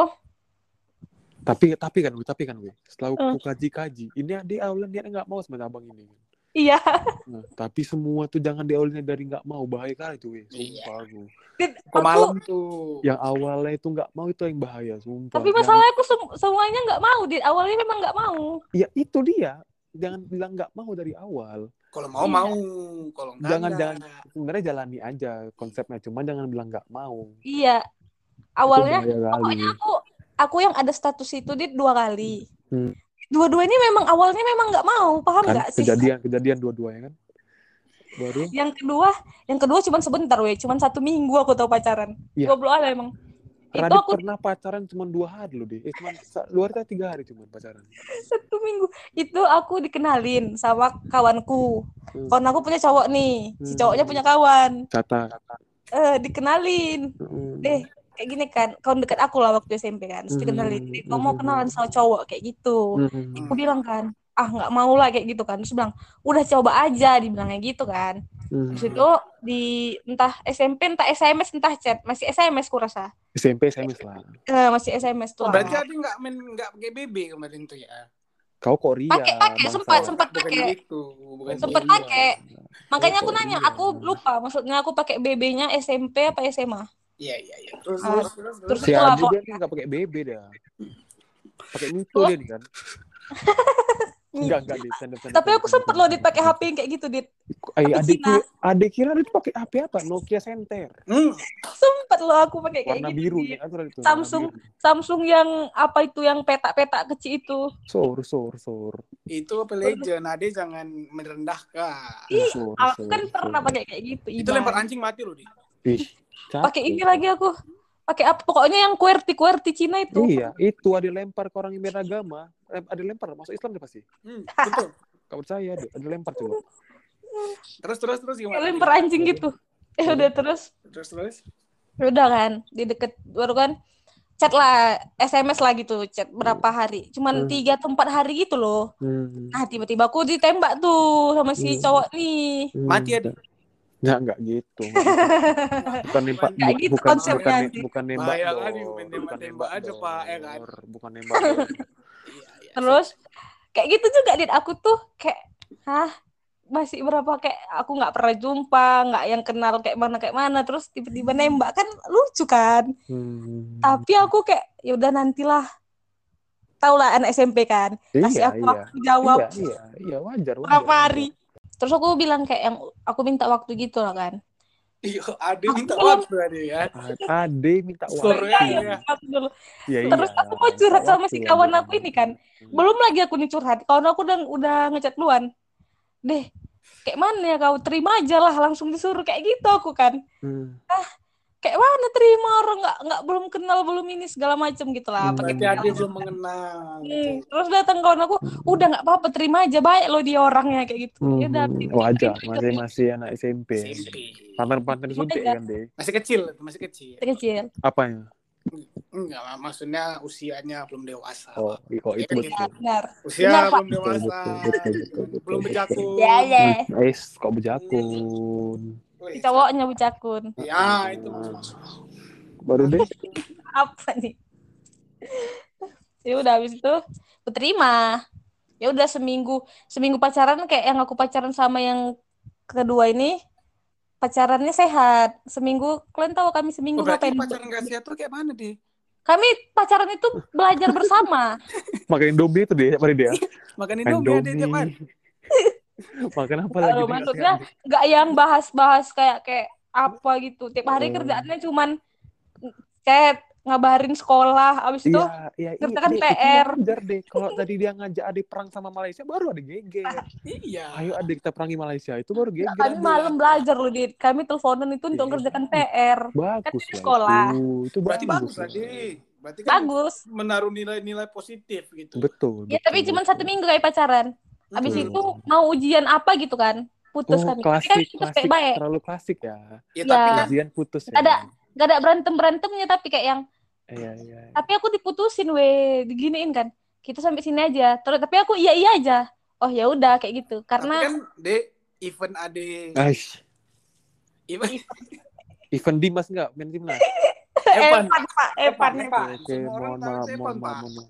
[SPEAKER 1] Tapi tapi kan gue, tapi kan gue, setelah
[SPEAKER 3] Eh.
[SPEAKER 1] aku kaji-kaji, ini dia awalnya dia nggak mau sama abang ini.
[SPEAKER 3] iya.
[SPEAKER 1] Nah, tapi semua tuh jangan diawalnya dari nggak mau, bahaya kali tuh, weh.
[SPEAKER 2] Iya.
[SPEAKER 1] Sumpah gue.
[SPEAKER 3] Dan
[SPEAKER 2] Kok
[SPEAKER 3] aku-
[SPEAKER 2] malam tuh.
[SPEAKER 1] Yang awalnya itu nggak mau itu yang bahaya, sumpah.
[SPEAKER 3] tapi
[SPEAKER 1] Jangan-
[SPEAKER 3] masalahnya aku sem- semuanya nggak mau di awalnya memang nggak mau.
[SPEAKER 1] Ya itu dia. Jangan bilang nggak mau dari awal.
[SPEAKER 2] Kalau mau
[SPEAKER 3] Iya.
[SPEAKER 2] mau, kalau enggak
[SPEAKER 1] Jangan
[SPEAKER 2] enggak.
[SPEAKER 1] jangan sebenarnya jalani aja konsepnya, cuma jangan bilang nggak mau.
[SPEAKER 3] Iya. Awalnya
[SPEAKER 1] Itu bahaya kali.
[SPEAKER 3] pokoknya aku aku yang ada status itu di dua kali.
[SPEAKER 1] Hmm.
[SPEAKER 3] Dua-duanya memang awalnya memang nggak mau, paham
[SPEAKER 1] Kan
[SPEAKER 3] nggak sih?
[SPEAKER 1] kejadian kejadian dua-duanya kan. Baru
[SPEAKER 3] Yang kedua, yang kedua cuma sebentar weh, cuma satu minggu aku tahu pacaran.
[SPEAKER 1] Iya.
[SPEAKER 3] Goblok aja emang. Itu
[SPEAKER 1] Radit
[SPEAKER 3] aku
[SPEAKER 1] pernah pacaran cuma dua hari loh deh. Eh cuma sa- luar kita tiga hari cuma pacaran.
[SPEAKER 3] satu minggu itu aku dikenalin sama kawanku.
[SPEAKER 1] Hmm.
[SPEAKER 3] Kawan aku punya cowok nih, si
[SPEAKER 1] Hmm.
[SPEAKER 3] cowoknya punya kawan.
[SPEAKER 1] Catat.
[SPEAKER 3] Eh dikenalin.
[SPEAKER 1] Hmm.
[SPEAKER 3] Deh, kayak gini kan, kawan dekat aku lah waktu S M P kan. Terus dikenalin, "Deh, kau mau kenalan sama cowok kayak gitu."
[SPEAKER 1] Hmm.
[SPEAKER 3] Aku bilang kan, ah nggak mau lah kayak gitu kan. Terus bilang, udah coba aja, dibilangnya gitu kan.
[SPEAKER 1] Hmm.
[SPEAKER 3] Terus itu di entah S M P, entah S M S, entah chat, masih S M S ku rasa.
[SPEAKER 1] S M P S M S lah.
[SPEAKER 3] Eh, masih S M S tuh.
[SPEAKER 2] Oh, berarti Ade nggak main nggak pakai B B kemarin tuh ya?
[SPEAKER 1] Kau Korea.
[SPEAKER 3] Pakai, pakai,
[SPEAKER 1] bangsa.
[SPEAKER 3] sempat, sempat
[SPEAKER 2] Bukan
[SPEAKER 3] pakai.
[SPEAKER 2] gitu, bukan
[SPEAKER 3] Sempet
[SPEAKER 2] gitu.
[SPEAKER 3] pakai. Makanya aku
[SPEAKER 1] Oh,
[SPEAKER 3] nanya,
[SPEAKER 1] iya.
[SPEAKER 3] aku lupa. Maksudnya aku pakai B B-nya S M P apa S M A?
[SPEAKER 2] Iya iya iya. Terus
[SPEAKER 3] Ah,
[SPEAKER 2] terus terus.
[SPEAKER 3] terus
[SPEAKER 1] Si
[SPEAKER 3] itulah,
[SPEAKER 1] Adi dia nih nggak pakai B B dah. Pakai Mito
[SPEAKER 3] Oh.
[SPEAKER 1] dia nih kan. Enggak enggak dit. Canda, canda,
[SPEAKER 3] Tapi
[SPEAKER 1] canda,
[SPEAKER 3] aku
[SPEAKER 1] canda,
[SPEAKER 3] sempet
[SPEAKER 1] canda,
[SPEAKER 3] loh
[SPEAKER 1] canda.
[SPEAKER 3] dit pakai H P yang kayak gitu dit.
[SPEAKER 1] Eh,
[SPEAKER 3] H P
[SPEAKER 1] adik
[SPEAKER 3] Cina.
[SPEAKER 1] kira, adik kira dia pakai H P apa? Nokia Center.
[SPEAKER 2] Hmm.
[SPEAKER 3] Sempet loh aku pakai kayak
[SPEAKER 1] Warna
[SPEAKER 3] gitu.
[SPEAKER 1] biru
[SPEAKER 3] Dit.
[SPEAKER 1] nih. Aduh, itu, warna
[SPEAKER 3] Samsung
[SPEAKER 1] biru.
[SPEAKER 3] Samsung yang apa itu yang petak-petak kecil itu.
[SPEAKER 1] Sor, sor, sor.
[SPEAKER 2] Itu apa legend? Ade jangan merendahkan.
[SPEAKER 3] Ih,
[SPEAKER 1] Sor,
[SPEAKER 3] aku
[SPEAKER 1] sor,
[SPEAKER 3] kan
[SPEAKER 1] sor.
[SPEAKER 3] pernah pakai kayak gitu.
[SPEAKER 2] Itu
[SPEAKER 3] Iban.
[SPEAKER 2] lempar anjing mati loh, Di.
[SPEAKER 1] Ih,
[SPEAKER 3] Pakai
[SPEAKER 1] capek.
[SPEAKER 3] ini lagi aku. Pakai apa? Pokoknya yang QWERTY-QWERTY Cina itu.
[SPEAKER 1] Iya, itu ada lempar ke orang yang beragama. Eh, Ada lempar masuk Islam dia pasti.
[SPEAKER 2] Hmm, betul.
[SPEAKER 1] Kau percaya ada, ada lempar coba.
[SPEAKER 2] Terus terus terus
[SPEAKER 3] Kayak
[SPEAKER 2] gimana?
[SPEAKER 3] lempar anjing gitu. Eh udah terus.
[SPEAKER 2] Terus terus.
[SPEAKER 3] Udah kan di deket baru kan chat lah S M S lah gitu chat berapa hari cuman
[SPEAKER 1] Hmm.
[SPEAKER 3] tiga atau empat hari gitu loh.
[SPEAKER 1] Hmm.
[SPEAKER 3] Nah tiba-tiba aku ditembak tuh sama si
[SPEAKER 1] Hmm.
[SPEAKER 3] cowok nih.
[SPEAKER 1] Hmm.
[SPEAKER 2] Mati ya, Di.
[SPEAKER 1] Nggak, nggak gitu. Bukan nembak,
[SPEAKER 3] Nggak
[SPEAKER 1] bu-
[SPEAKER 3] gitu
[SPEAKER 1] bukan,
[SPEAKER 3] konsepnya,
[SPEAKER 1] bukan,
[SPEAKER 3] sih.
[SPEAKER 1] bukan nembak
[SPEAKER 2] Bahaya
[SPEAKER 1] dor,
[SPEAKER 2] kali, main
[SPEAKER 1] bukan
[SPEAKER 2] tembak-tembak
[SPEAKER 1] nembak
[SPEAKER 2] aja, Pak, ya kan?
[SPEAKER 1] dor, bukan nembak dor.
[SPEAKER 2] Iya, iya.
[SPEAKER 3] Terus kayak gitu juga dit aku tuh kayak hah masih berapa kayak aku nggak pernah jumpa nggak yang kenal kayak mana kayak mana terus tiba-tiba nembak kan lucu kan.
[SPEAKER 1] Hmm.
[SPEAKER 3] Tapi aku kayak ya udah nantilah tau lah anak S M P kan kasih
[SPEAKER 1] Iya,
[SPEAKER 3] aku
[SPEAKER 1] iya.
[SPEAKER 3] waktu jawab
[SPEAKER 1] Iya, iya, iya, wajar, wajar.
[SPEAKER 3] berapa hari. Terus aku bilang kayak yang aku minta waktu gitu lah kan.
[SPEAKER 2] Iya, Ade minta
[SPEAKER 3] Belum.
[SPEAKER 2] waktu Ade ya.
[SPEAKER 1] A- Ade minta
[SPEAKER 2] Sore
[SPEAKER 1] waktu.
[SPEAKER 2] ya.
[SPEAKER 3] Waktu dulu.
[SPEAKER 1] Ya,
[SPEAKER 3] Terus
[SPEAKER 1] iya,
[SPEAKER 3] aku mau curhat
[SPEAKER 1] minta
[SPEAKER 3] sama
[SPEAKER 1] waktu
[SPEAKER 3] si
[SPEAKER 1] lah
[SPEAKER 3] kawan
[SPEAKER 1] dia.
[SPEAKER 3] aku ini kan. Belum lagi aku nih curhat. Kawan aku udah udah ngechat duluan. Deh, kayak mana ya kau terima aja lah langsung disuruh kayak gitu aku kan.
[SPEAKER 1] Hmm.
[SPEAKER 3] kayak mana terima orang nggak nggak belum kenal belum ini segala macam gitu lah.
[SPEAKER 1] Hmm.
[SPEAKER 3] Pakai
[SPEAKER 2] Berarti Ade belum mengenal.
[SPEAKER 3] Hmm, terus datang kawan aku, udah nggak apa-apa terima aja baik lo dia orangnya kayak gitu.
[SPEAKER 1] Hmm,
[SPEAKER 3] Ya udah.
[SPEAKER 1] wajar, masih masih anak S M P.
[SPEAKER 2] S M P.
[SPEAKER 1] Pantan-pantan suntik
[SPEAKER 3] Wajar.
[SPEAKER 1] kan deh.
[SPEAKER 2] Masih kecil, masih kecil.
[SPEAKER 3] Masih kecil.
[SPEAKER 1] Apanya?
[SPEAKER 2] Enggak, maksudnya usianya belum dewasa.
[SPEAKER 1] Oh, oh itu
[SPEAKER 2] Ya,
[SPEAKER 1] betul.
[SPEAKER 3] Ya, benar.
[SPEAKER 2] Usia
[SPEAKER 3] Benar, Pak.
[SPEAKER 2] belum dewasa.
[SPEAKER 1] Betul, betul, betul, betul, betul,
[SPEAKER 2] belum
[SPEAKER 1] betul.
[SPEAKER 2] berjakun.
[SPEAKER 3] Ya, ya.
[SPEAKER 1] Eh, kok bejakun?
[SPEAKER 2] Wih,
[SPEAKER 3] Si cowoknya bercakun.
[SPEAKER 2] Ya, itu maksud.
[SPEAKER 1] Baru deh.
[SPEAKER 3] Apa nih? Ya udah habis itu aku terima. Ya udah seminggu seminggu pacaran kayak yang aku pacaran sama yang kedua ini pacarannya sehat. Seminggu kalian tahu kami seminggu
[SPEAKER 2] Oh, berarti
[SPEAKER 3] ngapain?
[SPEAKER 2] pacaran gak sehat tuh kayak mana deh?
[SPEAKER 3] Kami pacaran itu belajar bersama.
[SPEAKER 1] Makan Indomie itu deh, apa dia?
[SPEAKER 2] Makan Indomie ada tiap hari.
[SPEAKER 1] Makan apa lagi?
[SPEAKER 3] Kalau
[SPEAKER 1] nih,
[SPEAKER 3] maksudnya
[SPEAKER 1] nggak sehat?
[SPEAKER 3] nggak yang bahas-bahas kayak kayak apa gitu. Tiap hari
[SPEAKER 1] Hmm.
[SPEAKER 3] kerjaannya cuman kayak ngabarin sekolah, abis itu
[SPEAKER 1] Iya, iya, iya.
[SPEAKER 3] kerjakan
[SPEAKER 1] Dek,
[SPEAKER 3] P
[SPEAKER 1] itu
[SPEAKER 3] R.
[SPEAKER 1] wajar deh. Kalau tadi dia ngajak adik perang sama Malaysia, baru ada geger.
[SPEAKER 2] Iya.
[SPEAKER 1] Ayo adik kita perangi Malaysia, itu baru geger.
[SPEAKER 3] Kami
[SPEAKER 1] Adik.
[SPEAKER 3] malam belajar loh, Dit. Kami teleponan itu untuk
[SPEAKER 1] Iya,
[SPEAKER 3] kerjakan P
[SPEAKER 1] bagus.
[SPEAKER 3] R.
[SPEAKER 1] Bagus
[SPEAKER 3] Kan
[SPEAKER 1] lah
[SPEAKER 3] sekolah.
[SPEAKER 1] itu. Itu
[SPEAKER 2] Berarti bagus
[SPEAKER 1] bagus
[SPEAKER 2] lah
[SPEAKER 1] lah.
[SPEAKER 2] deh. Berarti kan
[SPEAKER 3] Bagus.
[SPEAKER 2] menaruh nilai-nilai positif gitu.
[SPEAKER 1] Betul.
[SPEAKER 3] Ya
[SPEAKER 1] betul,
[SPEAKER 3] tapi cuma
[SPEAKER 1] betul.
[SPEAKER 3] satu minggu kayak pacaran. Abis
[SPEAKER 1] Hmm.
[SPEAKER 3] itu mau ujian apa gitu kan. Putus
[SPEAKER 1] Oh,
[SPEAKER 3] kami. Tapi kan
[SPEAKER 1] klasik,
[SPEAKER 3] putus
[SPEAKER 1] klasik.
[SPEAKER 3] baik-baik.
[SPEAKER 1] Terlalu klasik ya.
[SPEAKER 2] Ya,
[SPEAKER 3] Ya.
[SPEAKER 2] tapi kan
[SPEAKER 1] Ujian putus ya.
[SPEAKER 3] Gak ada gak ada berantem-berantemnya tapi kayak yang
[SPEAKER 1] Iya, iya.
[SPEAKER 3] tapi aku diputusin weh, diginiin kan. Kita sampai sini aja. Terus tapi aku iya iya aja. Oh ya udah kayak gitu.
[SPEAKER 2] tapi
[SPEAKER 3] Karena
[SPEAKER 2] kan deh event ada
[SPEAKER 1] Aish.
[SPEAKER 2] event
[SPEAKER 1] Event Dimas enggak main timnas?
[SPEAKER 2] Evan.
[SPEAKER 3] Evan, Pak. Evan,
[SPEAKER 2] Evan,
[SPEAKER 3] Pak.
[SPEAKER 1] Oke,
[SPEAKER 2] Semua orang
[SPEAKER 1] mohon
[SPEAKER 2] tahu
[SPEAKER 1] maaf,
[SPEAKER 2] itu
[SPEAKER 1] mohon
[SPEAKER 2] Evan,
[SPEAKER 1] maaf,
[SPEAKER 2] Pak.
[SPEAKER 1] mohon maaf.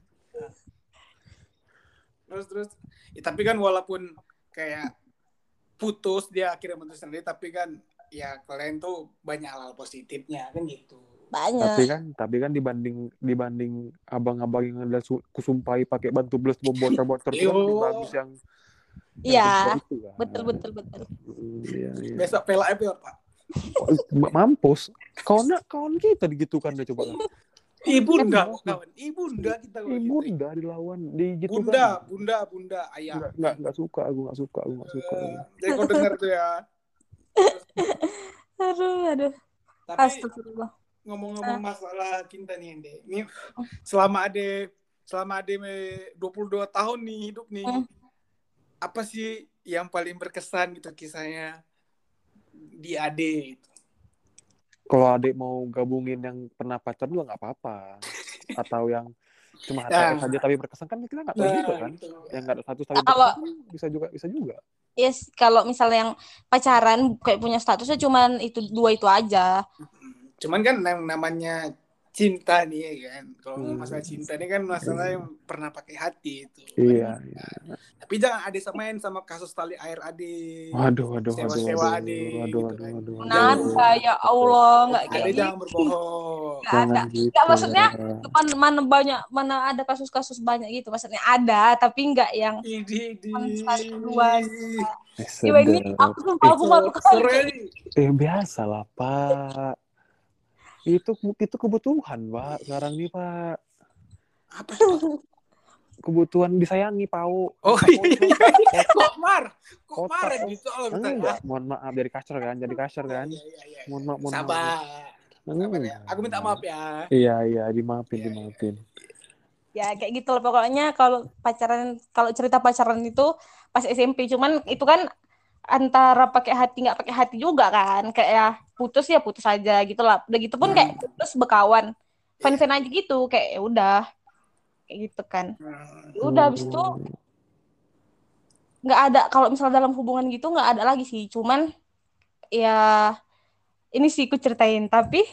[SPEAKER 2] Terus terus. Ya, tapi kan walaupun kayak putus dia akhirnya putus sendiri, tapi kan ya kalian tuh banyak hal positifnya kan gitu.
[SPEAKER 1] Tapi
[SPEAKER 3] Banyak.
[SPEAKER 1] kan, tapi kan dibanding dibanding abang-abang yang ada su- kusumpai pakai bantu bles bom bocor-bocor itu kan lebih
[SPEAKER 2] Yo.
[SPEAKER 1] bagus yang
[SPEAKER 3] Iya.
[SPEAKER 1] yang itu kan.
[SPEAKER 3] Betul betul betul.
[SPEAKER 1] Mm, Iya, iya.
[SPEAKER 2] Besok pela F P Pak.
[SPEAKER 1] Oh, mampus. Kawan kawan kita digitukan deh coba lah.
[SPEAKER 2] Ibunda kawan, ibunda kita kawan.
[SPEAKER 1] Ibunda dilawan, digitukan.
[SPEAKER 2] Bunda, bunda, bunda, ayah.
[SPEAKER 1] Enggak, enggak, enggak suka aku, enggak suka, aku enggak suka.
[SPEAKER 2] Eh, Jadi kau dengar tuh ya.
[SPEAKER 3] Aduh, aduh.
[SPEAKER 2] Tapi
[SPEAKER 3] Astagfirullah.
[SPEAKER 2] ngomong-ngomong masalah cinta nih, Ende. Ini selama ade selama ade dua puluh dua tahun nih hidup nih.
[SPEAKER 3] Hmm.
[SPEAKER 2] Apa sih yang paling berkesan gitu kisahnya di ade gitu?
[SPEAKER 1] Kalau adik mau gabungin yang pernah pacar juga nggak apa-apa, atau yang cuma H T S
[SPEAKER 2] Nah.
[SPEAKER 1] saja tapi berkesan kan kita nggak tahu
[SPEAKER 2] Nah,
[SPEAKER 1] juga kan.
[SPEAKER 2] gitu.
[SPEAKER 1] Yang nggak ada status tapi
[SPEAKER 3] Kalau-
[SPEAKER 1] berkesan kan bisa juga, bisa juga.
[SPEAKER 3] Yes, kalau misalnya yang pacaran kayak punya statusnya cuman itu dua itu aja.
[SPEAKER 2] Cuman kan yang namanya cinta nih ya kan. Kalau
[SPEAKER 1] Hmm.
[SPEAKER 2] masalah cinta ini kan masalah yang pernah pakai hati itu.
[SPEAKER 1] Iya, iya.
[SPEAKER 2] Tapi jangan ade samain sama kasus tali air ade.
[SPEAKER 1] Waduh, waduh, waduh,
[SPEAKER 2] Sewa-sewa
[SPEAKER 1] waduh,
[SPEAKER 2] ade,
[SPEAKER 1] waduh,
[SPEAKER 2] gitu
[SPEAKER 1] waduh,
[SPEAKER 2] kan.
[SPEAKER 1] waduh, waduh.
[SPEAKER 3] Nada ya Allah, nggak kayak
[SPEAKER 2] Ade
[SPEAKER 3] gitu.
[SPEAKER 2] jangan berbohong.
[SPEAKER 3] Nggak ada.
[SPEAKER 1] Jangan gitu.
[SPEAKER 3] Nggak, maksudnya mana, mana banyak mana ada kasus-kasus banyak gitu. Maksudnya ada tapi nggak yang
[SPEAKER 2] Idi, idi.
[SPEAKER 3] satu dua.
[SPEAKER 1] Eh,
[SPEAKER 3] Iwa ini
[SPEAKER 1] sedap.
[SPEAKER 3] aku sumpah aku malu kali.
[SPEAKER 2] Sore.
[SPEAKER 1] Eh, biasa lah, Pak. Itu itu kebutuhan, Pak. Sekarang nih, Pak.
[SPEAKER 2] Apa itu?
[SPEAKER 1] Kebutuhan disayangi, Pau.
[SPEAKER 2] Oh iya, iya. Kok marah? Kok
[SPEAKER 1] Otak.
[SPEAKER 2] marah gitu? Oh, bentar.
[SPEAKER 1] Enggak, mohon maaf dari kasar kan, jadi kasar kan.
[SPEAKER 2] Iya, iya, iya.
[SPEAKER 1] Mohon maaf, mohon maaf.
[SPEAKER 2] Sabar. Sabar ya. Aku minta maaf ya.
[SPEAKER 1] Iya, iya, dimaafin,
[SPEAKER 2] Iya, iya.
[SPEAKER 1] dimaafin.
[SPEAKER 3] Ya kayak gitu lah pokoknya kalau pacaran kalau cerita pacaran itu pas S M P cuman itu kan antara pakai hati nggak pakai hati juga kan kayak ya putus ya putus aja gitu lah udah gitu pun kayak putus berkawan fan-fan aja gitu kayak ya udah kayak gitu kan
[SPEAKER 2] Hmm.
[SPEAKER 3] ya udah habis itu nggak ada kalau misalnya dalam hubungan gitu nggak ada lagi sih cuman ya ini sih ku ceritain tapi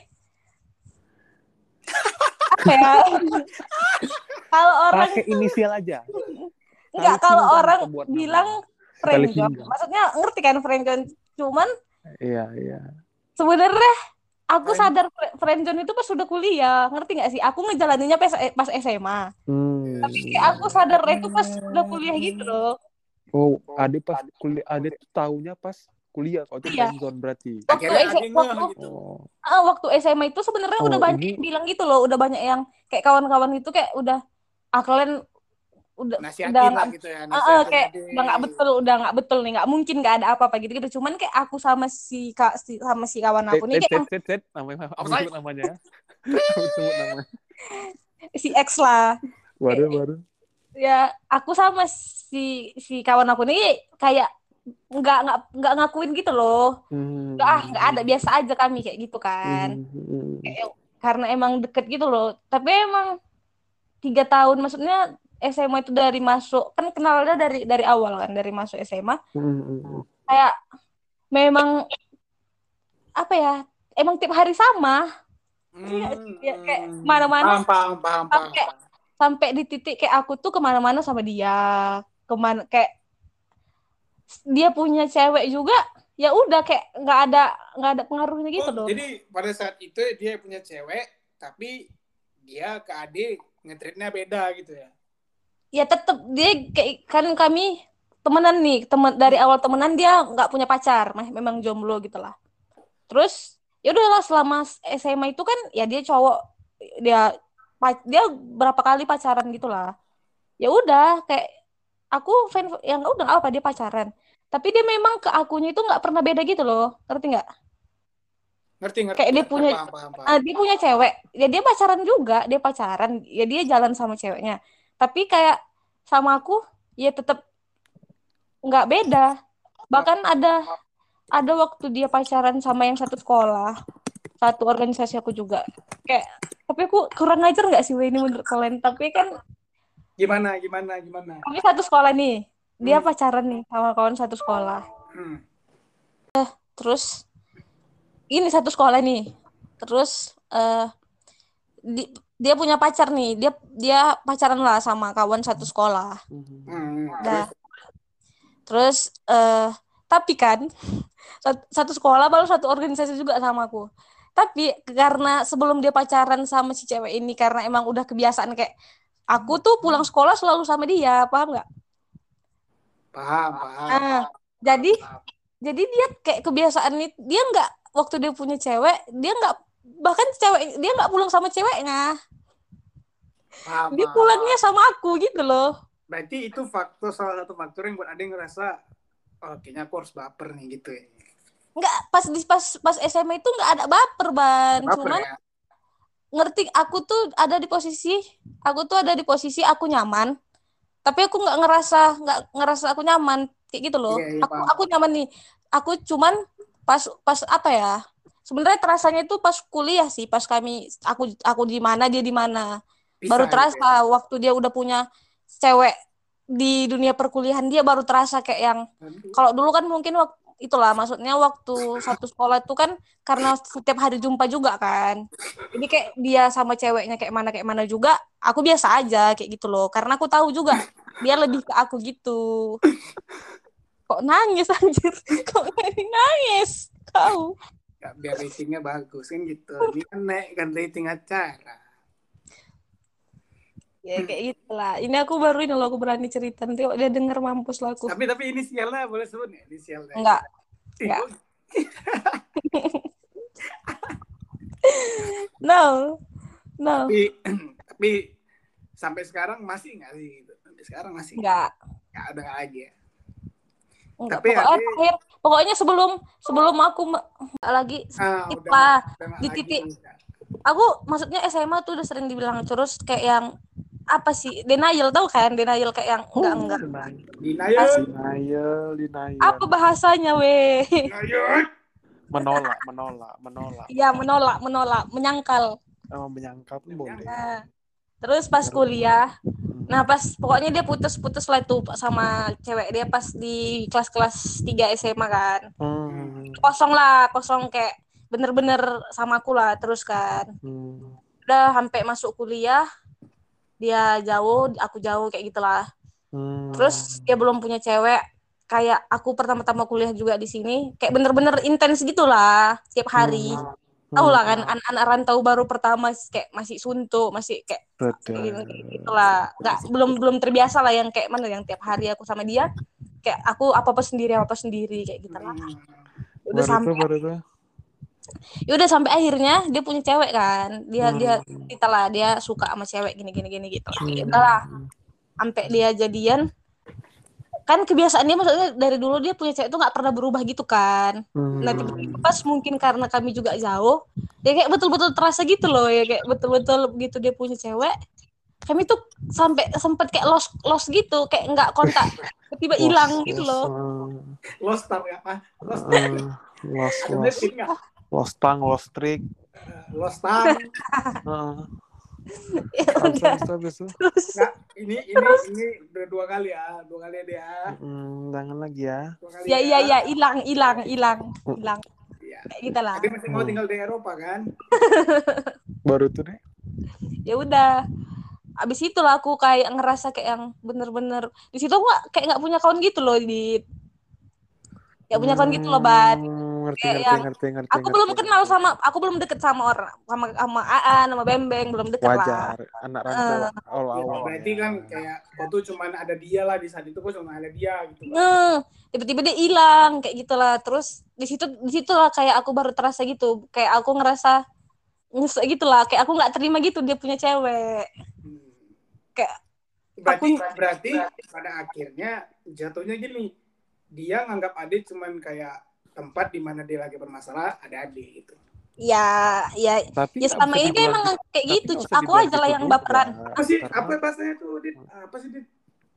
[SPEAKER 3] apa ya kalau orang
[SPEAKER 1] Pakai inisial aja.
[SPEAKER 3] nggak
[SPEAKER 1] Kali
[SPEAKER 3] kalau
[SPEAKER 1] pinggang
[SPEAKER 3] orang
[SPEAKER 1] kita buat
[SPEAKER 3] bilang
[SPEAKER 1] nama.
[SPEAKER 3] friend
[SPEAKER 1] Kali
[SPEAKER 3] job
[SPEAKER 1] pinggang.
[SPEAKER 3] maksudnya ngerti kan friend job cuman
[SPEAKER 1] Iya, iya.
[SPEAKER 3] sebenarnya aku
[SPEAKER 2] Friend-
[SPEAKER 3] sadar fr- friend zone itu pas sudah kuliah ngerti nggak sih aku ngejalaninnya pas pas S M A
[SPEAKER 1] Hmm.
[SPEAKER 3] tapi kayak aku sadar itu pas udah kuliah gitu loh
[SPEAKER 1] Oh, Ade pas kuliah, Ade tuh taunya pas kuliah. Oh, itu
[SPEAKER 3] Iya.
[SPEAKER 1] friendzone berarti.
[SPEAKER 3] waktu
[SPEAKER 2] Akhirnya
[SPEAKER 3] S-
[SPEAKER 2] ada yang
[SPEAKER 3] waktu,
[SPEAKER 2] ngeh gitu.
[SPEAKER 1] Oh,
[SPEAKER 3] ah, waktu S M A itu sebenarnya
[SPEAKER 1] Oh,
[SPEAKER 3] udah banyak
[SPEAKER 1] ini-
[SPEAKER 3] yang bilang gitu loh udah banyak yang kayak kawan-kawan itu kayak udah ah kalian udah
[SPEAKER 2] nasihatin
[SPEAKER 3] udah
[SPEAKER 2] lah
[SPEAKER 3] nggak
[SPEAKER 2] gitu ya,
[SPEAKER 3] uh, uh,
[SPEAKER 2] nasihatin
[SPEAKER 3] kayak
[SPEAKER 2] adik.
[SPEAKER 3] udah nggak betul udah nggak betul nih nggak mungkin nggak ada apa-apa gitu gitu cuman kayak aku sama si kak si, sama si kawan
[SPEAKER 1] Tet
[SPEAKER 3] aku nih
[SPEAKER 1] tet
[SPEAKER 3] kayak
[SPEAKER 1] tet
[SPEAKER 3] yang
[SPEAKER 1] tet tet namanya
[SPEAKER 2] Apa
[SPEAKER 1] aku
[SPEAKER 2] say?
[SPEAKER 1] sebut namanya. Aku sebut namanya.
[SPEAKER 3] si X lah
[SPEAKER 1] Baru
[SPEAKER 3] kayak,
[SPEAKER 1] baru.
[SPEAKER 3] ya aku sama si si kawan aku nih kayak nggak nggak nggak ngakuin gitu loh
[SPEAKER 1] Hmm.
[SPEAKER 3] nggak ah nggak ada biasa aja kami kayak gitu kan
[SPEAKER 1] Hmm.
[SPEAKER 3] kayak, karena emang deket gitu loh tapi emang tiga tahun maksudnya S M A itu dari masuk kan kenalnya dari dari awal kan dari masuk S M A
[SPEAKER 1] Hmm.
[SPEAKER 3] kayak memang apa ya emang tiap hari sama
[SPEAKER 2] Hmm,
[SPEAKER 3] ya, kayak
[SPEAKER 2] hmm.
[SPEAKER 3] mana-mana
[SPEAKER 2] Paham, paham, paham, paham.
[SPEAKER 3] sampai sampai di titik kayak aku tuh kemana-mana sama dia kemana kayak dia punya cewek juga ya udah kayak nggak ada nggak ada pengaruhnya gitu
[SPEAKER 2] Oh,
[SPEAKER 3] loh
[SPEAKER 2] jadi pada saat itu dia punya cewek, tapi dia ke adik nge-treatnya beda gitu ya?
[SPEAKER 3] ya tetep dia kayak kan kami temenan nih temen dari
[SPEAKER 2] Hmm.
[SPEAKER 3] awal temenan dia nggak punya pacar mah memang jomblo gitu lah terus ya udahlah selama S M A itu kan ya dia cowok dia dia berapa kali pacaran gitulah ya udah kayak aku fan yang udah nggak apa dia pacaran tapi dia memang ke akunya itu nggak pernah beda gitu loh ngerti nggak
[SPEAKER 2] Ngerti, ngerti.
[SPEAKER 3] kayak dia punya
[SPEAKER 2] Paham, paham, paham.
[SPEAKER 3] uh, dia punya cewek ya dia pacaran juga dia pacaran ya dia jalan sama ceweknya tapi kayak sama aku ya tetap nggak beda bahkan ada ada waktu dia pacaran sama yang satu sekolah satu organisasi aku juga kayak tapi aku kurang ajar nggak sih ini menurut kalian tapi kan
[SPEAKER 2] Gimana, gimana, gimana?
[SPEAKER 3] kami satu sekolah nih dia
[SPEAKER 2] Hmm.
[SPEAKER 3] pacaran nih sama kawan satu sekolah
[SPEAKER 2] Hmm.
[SPEAKER 3] terus ini satu sekolah nih terus uh, di, dia punya pacar nih dia dia pacaran lah sama kawan satu sekolah
[SPEAKER 2] Hmm.
[SPEAKER 3] dah terus uh, tapi kan satu sekolah baru satu organisasi juga sama aku tapi karena sebelum dia pacaran sama si cewek ini karena emang udah kebiasaan kayak aku tuh pulang sekolah selalu sama dia paham nggak
[SPEAKER 2] Paham, paham.
[SPEAKER 3] nah jadi jadi dia kayak kebiasaan nih dia nggak waktu dia punya cewek dia nggak bahkan cewek dia nggak pulang sama ceweknya
[SPEAKER 2] Paham,
[SPEAKER 3] dia
[SPEAKER 2] paham.
[SPEAKER 3] pulangnya sama aku gitu loh
[SPEAKER 2] Berarti itu faktor salah satu faktor yang buat Ade ngerasa oh kayaknya aku harus baper nih gitu ya.
[SPEAKER 3] nggak pas di pas pas S M A itu nggak ada baper ban
[SPEAKER 2] Baper
[SPEAKER 3] cuman
[SPEAKER 2] ya?
[SPEAKER 3] ngerti aku tuh ada di posisi aku tuh ada di posisi aku nyaman tapi aku nggak ngerasa nggak ngerasa aku nyaman kayak gitu loh
[SPEAKER 2] Iya, iya,
[SPEAKER 3] aku
[SPEAKER 2] paham.
[SPEAKER 3] aku nyaman nih aku cuman pas pas apa ya sebenarnya terasanya itu pas kuliah sih pas kami aku aku di mana dia di mana
[SPEAKER 2] Bisa
[SPEAKER 3] baru
[SPEAKER 2] gitu
[SPEAKER 3] terasa
[SPEAKER 2] ya.
[SPEAKER 3] waktu dia udah punya cewek di dunia perkuliahan dia baru terasa kayak yang kalau dulu kan mungkin waktu itulah maksudnya waktu satu sekolah itu kan karena setiap hari jumpa juga kan ini kayak dia sama ceweknya kayak mana kayak mana juga aku biasa aja kayak gitu loh karena aku tahu juga dia lebih ke aku gitu kok nangis anjir kok nangis kau
[SPEAKER 2] Ya, biar ratingnya bagus kan gitu. Ini kan naik kan rating acara.
[SPEAKER 3] ya kayak gitulah ini aku baru ini loh aku berani cerita nanti kok dia denger mampus lah aku
[SPEAKER 2] Tapi tapi inisialnya boleh sebut nggak inisialnya?
[SPEAKER 3] enggak
[SPEAKER 2] Ih,
[SPEAKER 3] enggak
[SPEAKER 2] kok-
[SPEAKER 3] no no
[SPEAKER 2] Tapi tapi sampai sekarang masih nggak sih gitu? Sampai sekarang masih
[SPEAKER 3] enggak
[SPEAKER 2] nggak ada nggak lagi ya.
[SPEAKER 3] enggak
[SPEAKER 2] Tapi
[SPEAKER 3] pokoknya
[SPEAKER 2] ada-
[SPEAKER 3] terakhir pokoknya sebelum sebelum aku me- lagi
[SPEAKER 2] Ah,
[SPEAKER 3] skip
[SPEAKER 2] udah
[SPEAKER 3] lah
[SPEAKER 2] nggak- udah nggak
[SPEAKER 3] di
[SPEAKER 2] lagi.
[SPEAKER 3] titik aku maksudnya S M A tuh udah sering dibilang terus kayak yang apa sih denial tau kan denial kayak yang enggak enggak
[SPEAKER 2] Denial.
[SPEAKER 1] Denial, denial.
[SPEAKER 3] apa bahasanya weh
[SPEAKER 2] Denial.
[SPEAKER 1] Menolak, menolak, menolak.
[SPEAKER 3] ya menolak menolak menyangkal
[SPEAKER 1] Oh, menyangkal pun boleh.
[SPEAKER 3] nah, terus pas kuliah nah pas pokoknya dia putus-putus lah tuh sama cewek dia pas di kelas-kelas tiga S M A kan
[SPEAKER 1] Hmm.
[SPEAKER 3] kosong lah kosong kayak bener-bener sama aku lah terus kan
[SPEAKER 1] Hmm.
[SPEAKER 3] udah sampai masuk kuliah dia jauh aku jauh kayak gitulah
[SPEAKER 1] Hmm.
[SPEAKER 3] terus dia belum punya cewek kayak aku pertama-tama kuliah juga di sini kayak bener-bener intens gitulah tiap hari
[SPEAKER 1] Hmm.
[SPEAKER 3] tahu lah kan
[SPEAKER 1] Hmm.
[SPEAKER 3] anak-anak rantau baru pertama kayak masih suntuk masih kayak
[SPEAKER 1] Betul.
[SPEAKER 3] kayak gitulah nggak belum belum terbiasa lah yang kayak mana yang tiap hari aku sama dia kayak aku apa apa sendiri apa apa sendiri kayak gitulah udah
[SPEAKER 1] Baru
[SPEAKER 3] sampai
[SPEAKER 1] tuh, baru tuh.
[SPEAKER 3] ya udah sampai akhirnya dia punya cewek kan dia
[SPEAKER 1] Hmm.
[SPEAKER 3] dia kita lah dia suka sama cewek gini gini gini gitu lah ya
[SPEAKER 1] Hmm.
[SPEAKER 3] udahlah sampai dia jadian. Kan kebiasaan dia maksudnya dari dulu dia punya cewek itu nggak pernah berubah gitu kan.
[SPEAKER 1] Hmm.
[SPEAKER 3] Nah tiba-tiba pas mungkin karena kami juga jauh, dia kayak betul-betul terasa gitu loh ya kayak betul-betul begitu dia punya cewek. Kami tuh sampai sempat kayak lost lost gitu, kayak nggak kontak, tiba-tiba hilang gitu loh.
[SPEAKER 2] Lost tar apa? Lost
[SPEAKER 1] Uh, lost
[SPEAKER 2] ada
[SPEAKER 1] lost
[SPEAKER 2] mesin nggak?
[SPEAKER 1] lost tang lost trick.
[SPEAKER 2] Lost tang.
[SPEAKER 1] Uh,
[SPEAKER 3] Ya
[SPEAKER 1] habis
[SPEAKER 3] udah.
[SPEAKER 1] habis habis tuh.
[SPEAKER 3] Terus
[SPEAKER 2] Nggak, ini ini ini udah dua kali ya, dua kali dia.
[SPEAKER 1] Hmm, jangan lagi ya.
[SPEAKER 2] Dua kali
[SPEAKER 3] ya iya ya hilang hilang hilang hilang
[SPEAKER 2] Iya.
[SPEAKER 3] kayak gitu lah.
[SPEAKER 2] Dia masih mau
[SPEAKER 1] Hmm.
[SPEAKER 2] tinggal di Eropa kan?
[SPEAKER 1] Baru tuh deh.
[SPEAKER 3] Ya udah. Abis itu lah aku kayak ngerasa kayak yang bener-bener di situ aku nggak- kayak nggak punya kawan gitu loh di nggak punya kawan gitu loh Bat.
[SPEAKER 1] Hmm, ngerti
[SPEAKER 3] Kayak
[SPEAKER 1] ngerti
[SPEAKER 3] yang
[SPEAKER 1] ngerti ngerti.
[SPEAKER 3] Aku
[SPEAKER 1] ngerti,
[SPEAKER 3] belum kenal
[SPEAKER 1] ngerti.
[SPEAKER 3] sama aku belum deket sama orang sama sama Aan sama Bembeng belum deket lah.
[SPEAKER 1] Wajar, anak rantau
[SPEAKER 3] Eh.
[SPEAKER 2] Ya,
[SPEAKER 1] awal-awal.
[SPEAKER 2] berarti
[SPEAKER 1] ya.
[SPEAKER 2] kan kayak kau tuh cuman ada dia lah di saat itu kok cuma ada dia gitu. Kan?
[SPEAKER 3] Nah, tiba-tiba dia hilang kayak gitulah. Terus di situ di situ lah kayak aku baru terasa gitu. Kayak aku ngerasa nyesek gitu lah. Kayak aku nggak terima gitu dia punya cewek.
[SPEAKER 2] Hmm.
[SPEAKER 3] Kayak
[SPEAKER 2] Berarti
[SPEAKER 3] aku-
[SPEAKER 2] berarti pada akhirnya jatuhnya gini, dia nganggap Ade cuman kayak tempat di mana dia lagi bermasalah, ada Ade gitu.
[SPEAKER 3] ya ya
[SPEAKER 1] Tapi
[SPEAKER 3] ya
[SPEAKER 1] nggak
[SPEAKER 3] selama
[SPEAKER 1] bisa
[SPEAKER 3] ini kan
[SPEAKER 1] dibilang
[SPEAKER 3] emang
[SPEAKER 1] gitu-
[SPEAKER 3] kayak
[SPEAKER 1] tapi
[SPEAKER 3] gitu.
[SPEAKER 1] nggak bisa
[SPEAKER 3] Aku
[SPEAKER 1] dibilang
[SPEAKER 3] aja lah
[SPEAKER 1] gitu
[SPEAKER 3] yang
[SPEAKER 1] juga,
[SPEAKER 3] baperan.
[SPEAKER 2] Apa sih?
[SPEAKER 1] karena-
[SPEAKER 2] Apa bahasanya tuh, Dit? Apa sih, Dit?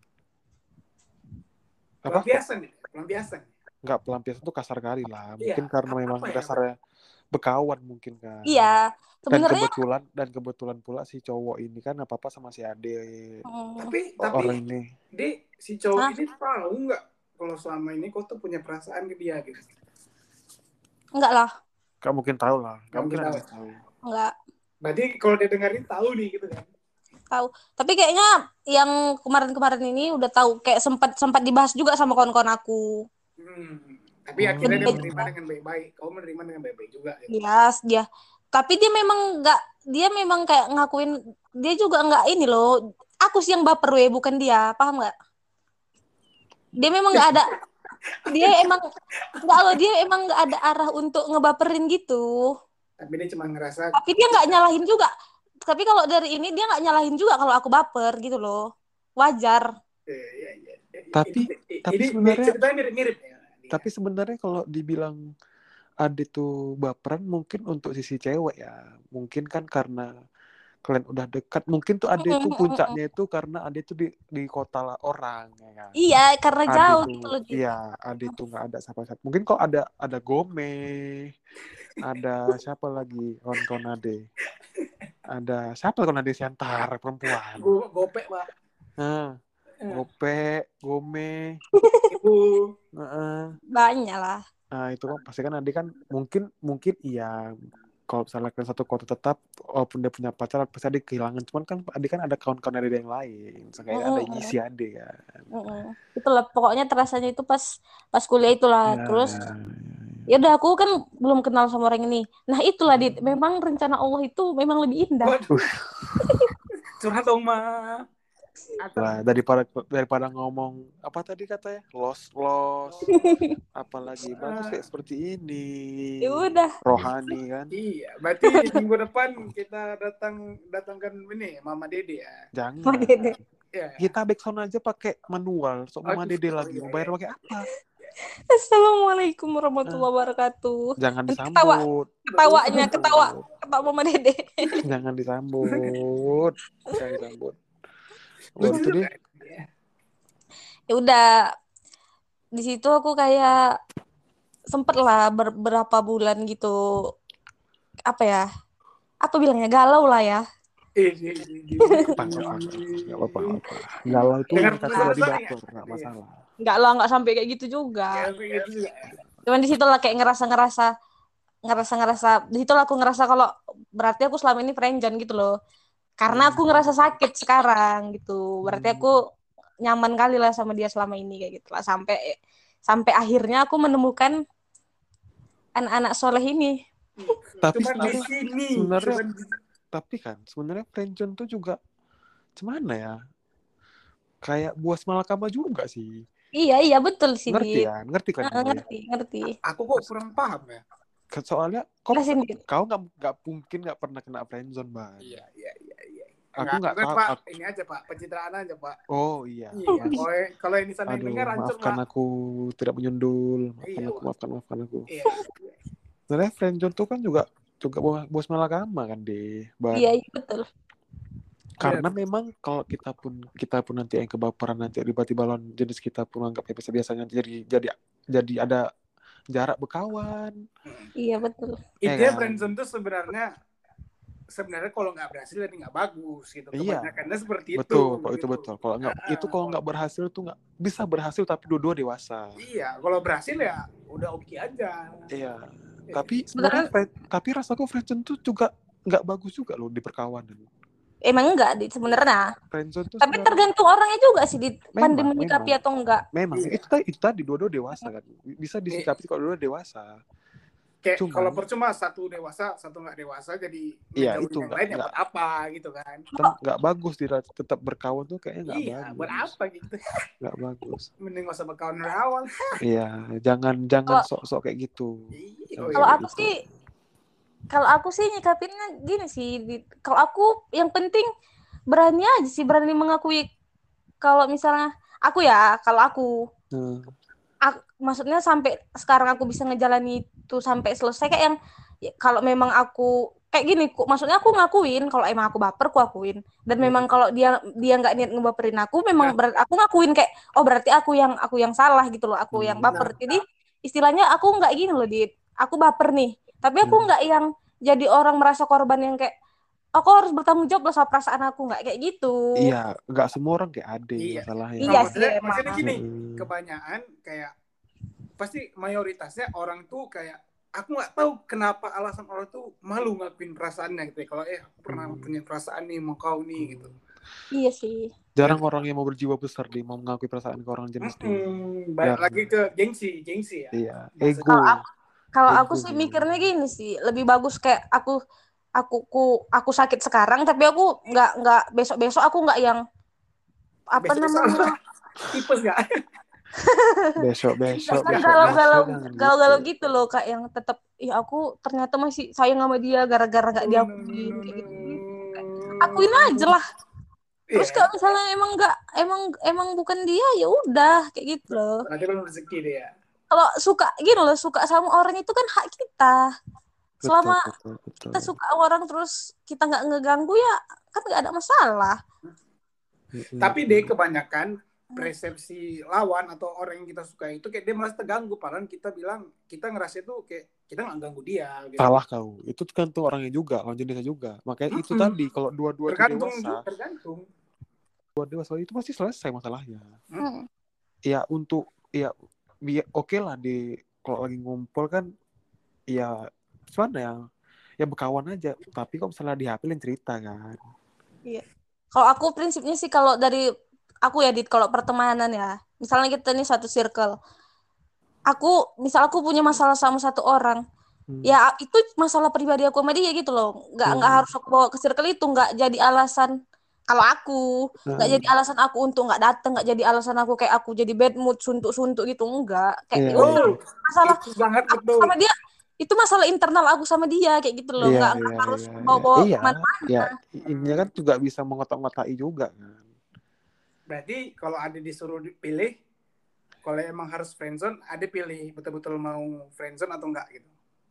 [SPEAKER 1] apa?
[SPEAKER 2] Pelampiasan, Dit. Pelampiasan.
[SPEAKER 1] Nggak, pelampiasan itu kasar kali lah.
[SPEAKER 2] Iya,
[SPEAKER 1] Mungkin karena
[SPEAKER 2] apa-
[SPEAKER 1] memang
[SPEAKER 2] apa ya,
[SPEAKER 1] dasarnya bekawan mungkin kan.
[SPEAKER 3] Iya,
[SPEAKER 1] Dan
[SPEAKER 3] sebenarnya
[SPEAKER 1] kebetulan dan kebetulan pula si cowok ini kan apa apa sama si Ade
[SPEAKER 3] hmm,
[SPEAKER 2] Tapi
[SPEAKER 1] orang
[SPEAKER 2] tapi
[SPEAKER 1] ini.
[SPEAKER 2] Dit, si cowok
[SPEAKER 3] Hah?
[SPEAKER 2] ini tahu nggak kalau selama ini kau tuh punya perasaan ke dia gitu?
[SPEAKER 3] enggak lah,
[SPEAKER 1] Gak mungkin tahu lah. Gak
[SPEAKER 2] Nggak
[SPEAKER 1] mungkin
[SPEAKER 2] mungkin
[SPEAKER 1] ada yang tahu.
[SPEAKER 3] enggak
[SPEAKER 2] Berarti kalau dia dengerin tahu nih gitu kan?
[SPEAKER 3] tahu. Tapi kayaknya yang kemarin-kemarin ini udah tahu kayak sempat sempat dibahas juga sama kawan-kawan aku.
[SPEAKER 2] Hmm. Tapi
[SPEAKER 1] Hmm.
[SPEAKER 2] akhirnya dia
[SPEAKER 3] Bener.
[SPEAKER 2] menerima dengan baik-baik. Kau menerima dengan baik-baik juga. Gitu.
[SPEAKER 3] Iya, dia. Tapi dia memang enggak dia memang kayak ngakuin dia juga enggak ini loh. Aku sih yang baper we, bukan dia. Paham enggak? Dia memang enggak ada dia emang enggak loh, dia emang enggak ada arah untuk ngebaperin gitu.
[SPEAKER 2] Tapi dia cuma ngerasa.
[SPEAKER 3] Tapi dia enggak nyalahin juga. Tapi kalau dari ini dia enggak nyalahin juga kalau aku baper gitu loh. Wajar.
[SPEAKER 2] Eh, ya, ya, ya.
[SPEAKER 1] Tapi-
[SPEAKER 2] ini,
[SPEAKER 1] tapi
[SPEAKER 2] ini
[SPEAKER 1] sebenarnya-
[SPEAKER 2] ceritanya mirip-mirip ya.
[SPEAKER 1] Tapi sebenarnya kalau dibilang Ade tuh baperan mungkin untuk sisi cewek ya. Mungkin kan karena kalian udah dekat. Mungkin tuh Ade tuh puncaknya itu karena Ade tuh di, di kota lah orang ya kan.
[SPEAKER 3] Iya, karena
[SPEAKER 1] Ade
[SPEAKER 3] jauh
[SPEAKER 1] tuh,
[SPEAKER 3] gitu loh.
[SPEAKER 1] iya, Ade tuh nggak ada siapa-siapa. Mungkin kok ada ada Gome, ada siapa lagi kawan-kawan Ade. Ada siapa kawan Ade Siantar perempuan.
[SPEAKER 2] Gue gopek pak.
[SPEAKER 1] Nah, Gope, Gome,
[SPEAKER 2] Ibu.
[SPEAKER 1] heeh.
[SPEAKER 3] Banyak lah.
[SPEAKER 1] Nah itu kan pasti kan Ade kan mungkin mungkin iya kalau misalnya kalian satu kota tetap walaupun dia punya pacar pasti Ade kehilangan, cuman kan Ade kan ada kawan-kawan Ade yang lain, kayak ada
[SPEAKER 3] Mm-mm.
[SPEAKER 1] isi Ade ya.
[SPEAKER 3] Mm-mm. Itulah pokoknya terasanya itu pas pas kuliah itulah.
[SPEAKER 1] Ya,
[SPEAKER 3] Terus
[SPEAKER 1] ya, ya.
[SPEAKER 3] ya udah aku kan belum kenal sama orang ini. Nah itulah Dit, memang rencana Allah itu memang lebih indah.
[SPEAKER 2] Waduh. Curhat dong mah.
[SPEAKER 1] Lah, daripada daripada ngomong apa tadi katanya los los apalagi bagus kayak seperti ini
[SPEAKER 3] Ya udah.
[SPEAKER 1] rohani kan.
[SPEAKER 2] Iya, berarti minggu depan kita datang datangkan ini Mama Dede ya.
[SPEAKER 1] Jangan
[SPEAKER 3] Mama Dede.
[SPEAKER 2] Iya.
[SPEAKER 1] kita backsound aja pakai manual so Mama
[SPEAKER 2] Aduh,
[SPEAKER 1] Dede
[SPEAKER 2] oh
[SPEAKER 1] lagi
[SPEAKER 2] iya,
[SPEAKER 1] mau bayar
[SPEAKER 2] iya.
[SPEAKER 1] pakai apa.
[SPEAKER 3] Assalamualaikum warahmatullahi wabarakatuh.
[SPEAKER 1] Jangan
[SPEAKER 3] Nanti ketawa.
[SPEAKER 1] disambut.
[SPEAKER 3] Ketawanya ketawa ketawa Mama Dede.
[SPEAKER 1] Jangan disambut. Jangan disambut.
[SPEAKER 2] Lucu
[SPEAKER 1] Waktu
[SPEAKER 2] juga.
[SPEAKER 1] deh.
[SPEAKER 3] Ya udah di situ aku kayak sempet lah ber- berapa bulan gitu apa ya apa bilangnya galau lah ya.
[SPEAKER 2] Eh, eh, eh,
[SPEAKER 1] Apa, apa, apa. Nggak apa-apa, nggak apa. Galau itu
[SPEAKER 2] Dengar
[SPEAKER 1] kita
[SPEAKER 2] suara
[SPEAKER 1] jadi
[SPEAKER 2] ya?
[SPEAKER 1] batur, nggak masalah.
[SPEAKER 3] Nggak lah nggak sampai kayak gitu juga.
[SPEAKER 2] Ya, gitu juga.
[SPEAKER 3] Cuman di situ lah kayak ngerasa ngerasa ngerasa ngerasa di situ lah aku ngerasa kalau berarti aku selama ini friendzone gitu loh. Karena aku ngerasa sakit sekarang gitu. Berarti aku nyaman kali lah sama dia selama ini kayak gitu lah sampai sampai akhirnya aku menemukan anak-anak soleh ini.
[SPEAKER 1] Tapi
[SPEAKER 2] Cuma di
[SPEAKER 1] sebenarnya-
[SPEAKER 2] sini.
[SPEAKER 1] sebenarnya-
[SPEAKER 2] Cuma di-
[SPEAKER 1] Tapi kan sebenarnya friendzone tuh juga gimana ya? Kayak buah malakama juga sih.
[SPEAKER 3] Iya iya betul sih.
[SPEAKER 1] Ngerti
[SPEAKER 3] Dit.
[SPEAKER 1] ya? Ngerti kan?
[SPEAKER 3] Heeh,
[SPEAKER 1] kamu ya?
[SPEAKER 3] ngerti ngerti.
[SPEAKER 2] aku kok kurang paham ya.
[SPEAKER 1] Soalnya kau
[SPEAKER 3] Jelasin, Dit.
[SPEAKER 1] kau nggak nggak mungkin nggak pernah kena friendzone bang.
[SPEAKER 2] Iya, iya, iya, iya.
[SPEAKER 1] aku nggak
[SPEAKER 2] kan,
[SPEAKER 1] tahu.
[SPEAKER 2] Pak.
[SPEAKER 1] Aku...
[SPEAKER 2] Ini aja Pak, pencitraan aja Pak.
[SPEAKER 1] Oh iya.
[SPEAKER 2] Iya. Kalau kalau ini sana yang dengar hancur
[SPEAKER 1] maafkan
[SPEAKER 2] Pak.
[SPEAKER 1] aku tidak menyundul. Maafkan
[SPEAKER 2] Iya,
[SPEAKER 1] aku,
[SPEAKER 2] Pak.
[SPEAKER 1] maafkan, maafkan aku.
[SPEAKER 2] Iya.
[SPEAKER 1] Sebenarnya friendzone tuh kan juga juga bos malakama kan deh.
[SPEAKER 3] Iya, iya betul.
[SPEAKER 1] Karena ya, memang kalau kita pun kita pun nanti yang kebaperan nanti tiba-tiba lawan jenis kita pun anggap ya biasa-biasanya jadi jadi jadi ada jarak berkawan.
[SPEAKER 3] Iya betul.
[SPEAKER 2] Intinya
[SPEAKER 1] kan?
[SPEAKER 2] friendzone itu sebenarnya sebenarnya kalau nggak berhasil jadi nggak bagus gitu. Kebanyakannya
[SPEAKER 1] iya,
[SPEAKER 2] seperti
[SPEAKER 1] betul,
[SPEAKER 2] itu.
[SPEAKER 1] Betul, kalau
[SPEAKER 2] gitu.
[SPEAKER 1] itu betul. Kalau nggak
[SPEAKER 2] nah,
[SPEAKER 1] itu kalau nggak berhasil tuh nggak bisa berhasil tapi dua-dua dewasa.
[SPEAKER 2] Iya, kalau berhasil ya udah oke okay aja.
[SPEAKER 1] Iya. Tapi sebenarnya tapi rasaku friendzone tuh juga nggak bagus juga loh di perkawanan.
[SPEAKER 3] Emang enggak di sebenarnya. Tapi sebenernya... tergantung orangnya juga sih di pandai menyikapi atau enggak.
[SPEAKER 1] Memang iya. itu itu tadi dua-dua dewasa kan. Bisa disikapi kalau dua-dua dewasa.
[SPEAKER 2] Kayak Cuman, kalau percuma satu dewasa, satu nggak dewasa jadi
[SPEAKER 1] iya, itu
[SPEAKER 2] yang lain ya buat apa gitu kan.
[SPEAKER 1] Nggak bagus tidak tetap berkawan tuh kayaknya nggak
[SPEAKER 2] iya,
[SPEAKER 1] bagus.
[SPEAKER 2] Buat apa gitu.
[SPEAKER 1] Nggak bagus.
[SPEAKER 2] Mending nggak usah berkawan dari awal.
[SPEAKER 1] Iya, jangan jangan oh. sok-sok kayak gitu.
[SPEAKER 3] Iya, kalau aku gitu. sih kalau aku sih nyikapinnya gini sih, kalau aku yang penting berani aja sih, berani mengakui kalau misalnya aku ya, kalau aku, hmm. aku maksudnya sampai sekarang aku bisa ngejalani itu sampai selesai kayak yang ya, kalau memang aku kayak gini, maksudnya aku ngakuin kalau emang aku baper, aku akuin. Dan hmm. memang kalau dia dia nggak niat ngebaperin aku, memang nah. berarti aku ngakuin kayak oh berarti aku yang aku yang salah gitu loh, aku hmm. yang baper. Nah. Jadi istilahnya aku nggak gini loh, Dit. Aku baper nih, tapi aku nggak hmm. yang jadi orang merasa korban yang kayak aku harus bertanggung jawab lah sama perasaan aku, nggak kayak gitu.
[SPEAKER 1] Iya, nggak semua orang kayak Ade iya. masalahnya.
[SPEAKER 3] Iya sih.
[SPEAKER 2] Maksudnya, maksudnya gini, hmm. kebanyakan kayak pasti mayoritasnya orang tuh kayak aku nggak tahu kenapa alasan orang tuh malu ngakuin perasaannya gitu. Ya. Kalau eh aku pernah hmm. punya perasaan nih mau kau nih gitu.
[SPEAKER 3] Iya sih.
[SPEAKER 1] Jarang orang yang mau berjiwa besar dia mau mengakui perasaan ke orang jenis ini.
[SPEAKER 2] Hmm, balik lagi ke gengsi, gengsi ya.
[SPEAKER 1] Iya. Ego.
[SPEAKER 3] Kalau aku, kalau aku sih mikirnya gini sih, lebih bagus kayak aku aku ku aku sakit sekarang tapi aku nggak nggak besok besok aku nggak yang apa besok namanya
[SPEAKER 2] tipes nggak
[SPEAKER 1] besok besok
[SPEAKER 3] galau-galau galau-galau gitu loh kak yang tetap ya aku ternyata masih sayang sama dia gara-gara nggak diakuin kayak gitu akuin aja lah terus yeah. kalau misalnya emang nggak emang emang bukan dia ya udah kayak gitu loh
[SPEAKER 2] nanti belum rezeki dia
[SPEAKER 3] kalau suka gitu loh suka sama orang itu kan hak kita. Selama betul, betul, betul. kita suka orang terus kita nggak ngeganggu ya kan nggak ada masalah.
[SPEAKER 2] Tapi deh kebanyakan persepsi lawan atau orang yang kita suka itu kayak dia merasa terganggu. Padahal kita bilang kita ngerasa itu kayak kita nggak ganggu dia. Gitu.
[SPEAKER 1] Salah kau. Itu kan tuh orangnya juga, lawan jenisnya juga. Makanya hmm. itu tadi kalau dua-dua
[SPEAKER 2] tergantung,
[SPEAKER 1] dewasa,
[SPEAKER 2] tergantung.
[SPEAKER 1] Dua dewasa itu pasti selesai masalahnya.
[SPEAKER 3] Hmm.
[SPEAKER 1] Ya untuk ya oke okay lah di kalau lagi ngumpul kan ya mana ya ya berkawan aja tapi kok misalnya dihapilin cerita kan
[SPEAKER 3] iya kalau aku prinsipnya sih kalau dari aku ya Dit kalau pertemanan ya misalnya kita nih satu circle aku misal aku punya masalah sama satu orang hmm. ya itu masalah pribadi aku sama dia gitu loh nggak nggak hmm. harus aku bawa ke circle itu nggak jadi alasan kalau aku nggak hmm. jadi alasan aku untuk nggak datang nggak jadi alasan aku kayak aku jadi bad mood suntuk-suntuk gitu enggak kayak yeah.
[SPEAKER 2] oh,
[SPEAKER 3] masalah
[SPEAKER 2] banget
[SPEAKER 3] aku
[SPEAKER 2] betul.
[SPEAKER 3] sama dia itu masalah internal aku sama dia kayak gitu loh nggak
[SPEAKER 1] iya, iya,
[SPEAKER 3] harus
[SPEAKER 1] iya,
[SPEAKER 3] bawa
[SPEAKER 1] iya.
[SPEAKER 3] mana-mana
[SPEAKER 1] ya ini kan juga bisa mengotak-ngotai juga kan
[SPEAKER 2] berarti kalau ada disuruh pilih kalau emang harus friendzone ada pilih betul-betul mau friendzone atau enggak gitu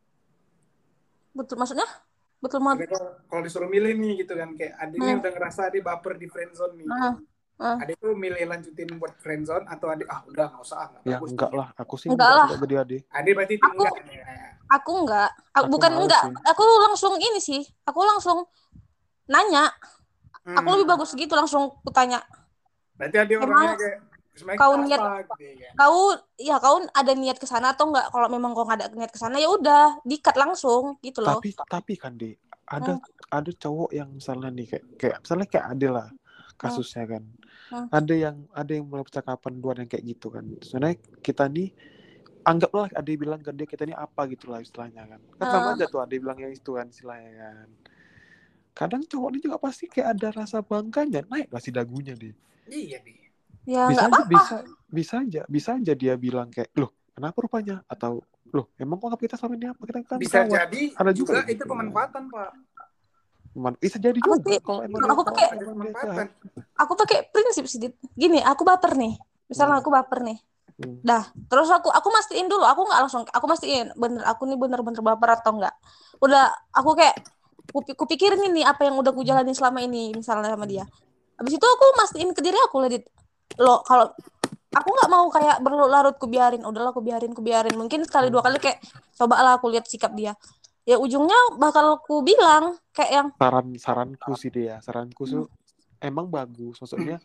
[SPEAKER 3] betul maksudnya betul mau
[SPEAKER 2] kalau disuruh milih nih gitu kan kayak ada ini hmm. udah ngerasa dia baper di friendzone nih hmm. Hmm. Adik tuh milih lanjutin buat friendzone atau adik ah udah nggak usah nggak
[SPEAKER 1] ya
[SPEAKER 2] bagus
[SPEAKER 1] enggak
[SPEAKER 2] nih.
[SPEAKER 1] lah aku sih
[SPEAKER 3] enggak lah
[SPEAKER 1] jadi adik
[SPEAKER 2] adik berarti tinggal
[SPEAKER 3] aku, ya. aku enggak aku, aku bukan enggak sih. Aku langsung ini sih aku langsung nanya hmm. aku lebih bagus gitu langsung aku tanya
[SPEAKER 2] berarti adik orangnya kayak
[SPEAKER 3] kau niat
[SPEAKER 2] gitu, ya.
[SPEAKER 3] kau ya kau ada niat ke sana atau enggak kalau memang kau nggak ada niat ke sana ya udah dikat langsung gitu loh
[SPEAKER 1] tapi tapi kan Di ada hmm. ada cowok yang misalnya nih kayak kayak misalnya kayak Ade lah kasusnya kan hmm. ada yang ada yang mulai percakapan dua yang kayak gitu kan sebenarnya kita nih anggaplah ada yang bilang ke dia kita ini apa gitulah istilahnya kan kan sama hmm. aja tuh ada yang bilang yang itu kan istilahnya kan kadang cowok ini juga pasti kayak ada rasa bangganya naik lah si dagunya deh
[SPEAKER 2] iya nih
[SPEAKER 3] ya,
[SPEAKER 1] bisa aja bisa bisa aja bisa aja dia bilang kayak loh kenapa rupanya atau loh emang kok kita sama ini apa kita kan
[SPEAKER 2] bisa
[SPEAKER 1] kawan.
[SPEAKER 2] Jadi
[SPEAKER 1] ada juga,
[SPEAKER 2] juga itu
[SPEAKER 1] gitu.
[SPEAKER 2] pemanfaatan Pak
[SPEAKER 1] Man- bisa jadi
[SPEAKER 3] Aku
[SPEAKER 1] juga
[SPEAKER 3] sih,
[SPEAKER 1] kalau emang
[SPEAKER 3] aku
[SPEAKER 1] dia,
[SPEAKER 3] pakai
[SPEAKER 1] kalau emang dia
[SPEAKER 2] Kesempatan.
[SPEAKER 1] jahat.
[SPEAKER 3] aku pakai prinsip sih, Dit. Gini, aku baper nih. Misalnya
[SPEAKER 1] Hmm.
[SPEAKER 3] aku baper nih.
[SPEAKER 1] Hmm.
[SPEAKER 3] Dah, terus aku aku mastiin dulu, aku nggak langsung, aku mastiin bener aku nih bener-bener baper atau enggak. Udah, aku kayak kupi- kupikirin ini apa yang udah aku jalani selama ini misalnya sama dia. Habis itu aku mastiin ke diri aku lah, Dit. Lo kalau aku nggak mau kayak berlarut ku biarin, udahlah aku biarin, ku biarin. Mungkin sekali dua kali kayak cobalah aku lihat sikap dia. Ya ujungnya bakal ku bilang kayak yang
[SPEAKER 1] Saran saranku sih dia, saranku tuh emang bagus. Maksudnya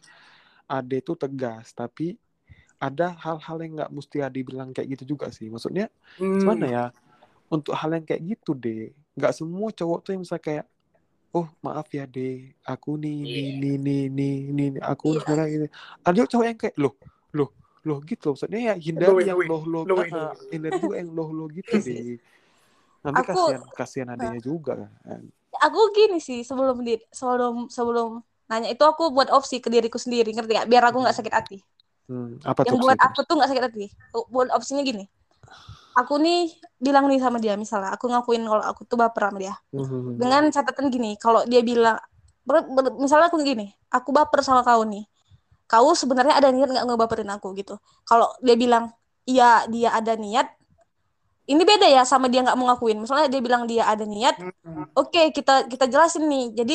[SPEAKER 1] Ade tuh tegas, tapi ada hal-hal yang nggak mesti Ade bilang kayak gitu juga sih. Maksudnya gimana
[SPEAKER 2] Hmm.
[SPEAKER 1] ya? Untuk hal yang kayak gitu deh, nggak semua cowok tuh yang bisa kayak, oh maaf ya deh, aku nih nih
[SPEAKER 2] Iya.
[SPEAKER 1] nih nih nih nih nih, aku
[SPEAKER 3] Iya.
[SPEAKER 1] sebenarnya ini. Ada cowok yang kayak loh loh loh gitu. Maksudnya ya hindari
[SPEAKER 2] Loh,
[SPEAKER 1] yang
[SPEAKER 2] loh,
[SPEAKER 1] loh loh,
[SPEAKER 2] loh,
[SPEAKER 1] ah,
[SPEAKER 2] loh,
[SPEAKER 1] ah,
[SPEAKER 2] loh.
[SPEAKER 1] hindari juga yang loh loh gitu deh. Nanti
[SPEAKER 3] aku
[SPEAKER 1] kasihan kasihan adanya juga kan.
[SPEAKER 3] aku gini sih sebelum di sebelum sebelum nanya itu aku buat opsi ke diriku sendiri, ngerti gak? Biar aku nggak sakit hati.
[SPEAKER 1] Hmm, apa
[SPEAKER 3] Yang
[SPEAKER 1] tuh
[SPEAKER 3] buat
[SPEAKER 1] opsi itu?
[SPEAKER 3] aku tuh nggak sakit hati. Buat opsinya gini. Aku nih bilang nih sama dia, misalnya aku ngakuin kalau aku tuh baper sama dia.
[SPEAKER 1] Hmm.
[SPEAKER 3] Dengan catatan gini, kalau dia bilang ber, ber, misalnya aku gini, aku baper sama kau nih. Kau sebenarnya ada niat nggak ngebaperin aku gitu. Kalau dia bilang iya dia ada niat, ini beda ya sama dia nggak mau ngakuin. Misalnya dia bilang dia ada niat,
[SPEAKER 2] Hmm.
[SPEAKER 3] oke okay, kita kita jelasin nih. Jadi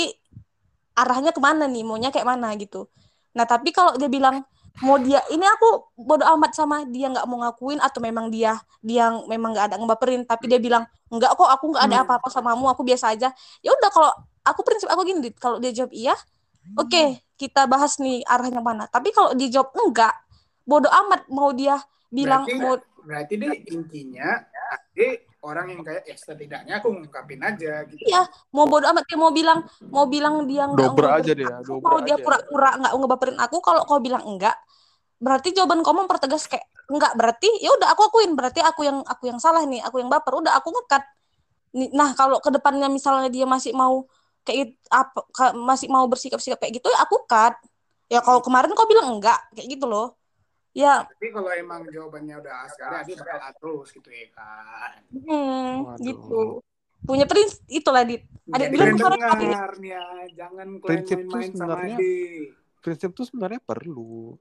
[SPEAKER 3] arahnya kemana nih, maunya kayak mana gitu. Nah tapi kalau dia bilang mau dia ini aku bodo amat sama dia nggak mau ngakuin atau memang dia dia memang nggak ada ngebaperin, tapi dia bilang enggak kok aku nggak ada apa-apa samamu, aku biasa aja. Ya udah kalau aku prinsip aku gini, kalau dia jawab iya, oke okay, kita bahas nih arahnya mana. Tapi kalau dia jawab enggak, bodo amat mau dia bilang
[SPEAKER 2] Berarti
[SPEAKER 3] mau
[SPEAKER 2] berarti deh intinya Ade orang yang kayak ya setidaknya aku ngungkapin aja gitu.
[SPEAKER 3] iya, mau bodo amat dia mau bilang mau bilang dia nggak
[SPEAKER 1] Dobra aja
[SPEAKER 3] ngebaperin
[SPEAKER 1] deh ya,
[SPEAKER 3] aku,
[SPEAKER 1] dobra
[SPEAKER 3] mau dia
[SPEAKER 1] aja.
[SPEAKER 3] pura-pura nggak ngebaperin aku. Kalau kau bilang enggak, berarti jawaban kamu mempertegas kayak enggak, berarti ya udah aku akuin, berarti aku yang aku yang salah nih, aku yang baper, udah aku ngekat. Nah kalau kedepannya misalnya dia masih mau kayak apa masih mau bersikap-sikap kayak gitu ya aku cut. Ya kalau kemarin kau bilang enggak kayak gitu loh ya.
[SPEAKER 2] Tapi kalau emang jawabannya udah sekali Ade bakal terus gitu ya kan.
[SPEAKER 3] Hmm,
[SPEAKER 1] Waduh.
[SPEAKER 3] gitu punya prinsip itulah Dit. Adik
[SPEAKER 2] Jadi
[SPEAKER 3] bilang
[SPEAKER 2] kalian
[SPEAKER 3] kemarin
[SPEAKER 2] dengar nih ya, jangan kalian
[SPEAKER 1] Prinsip tuh
[SPEAKER 2] main-main sama
[SPEAKER 1] sebenarnya
[SPEAKER 2] Ade.
[SPEAKER 1] prinsip tuh sebenarnya perlu.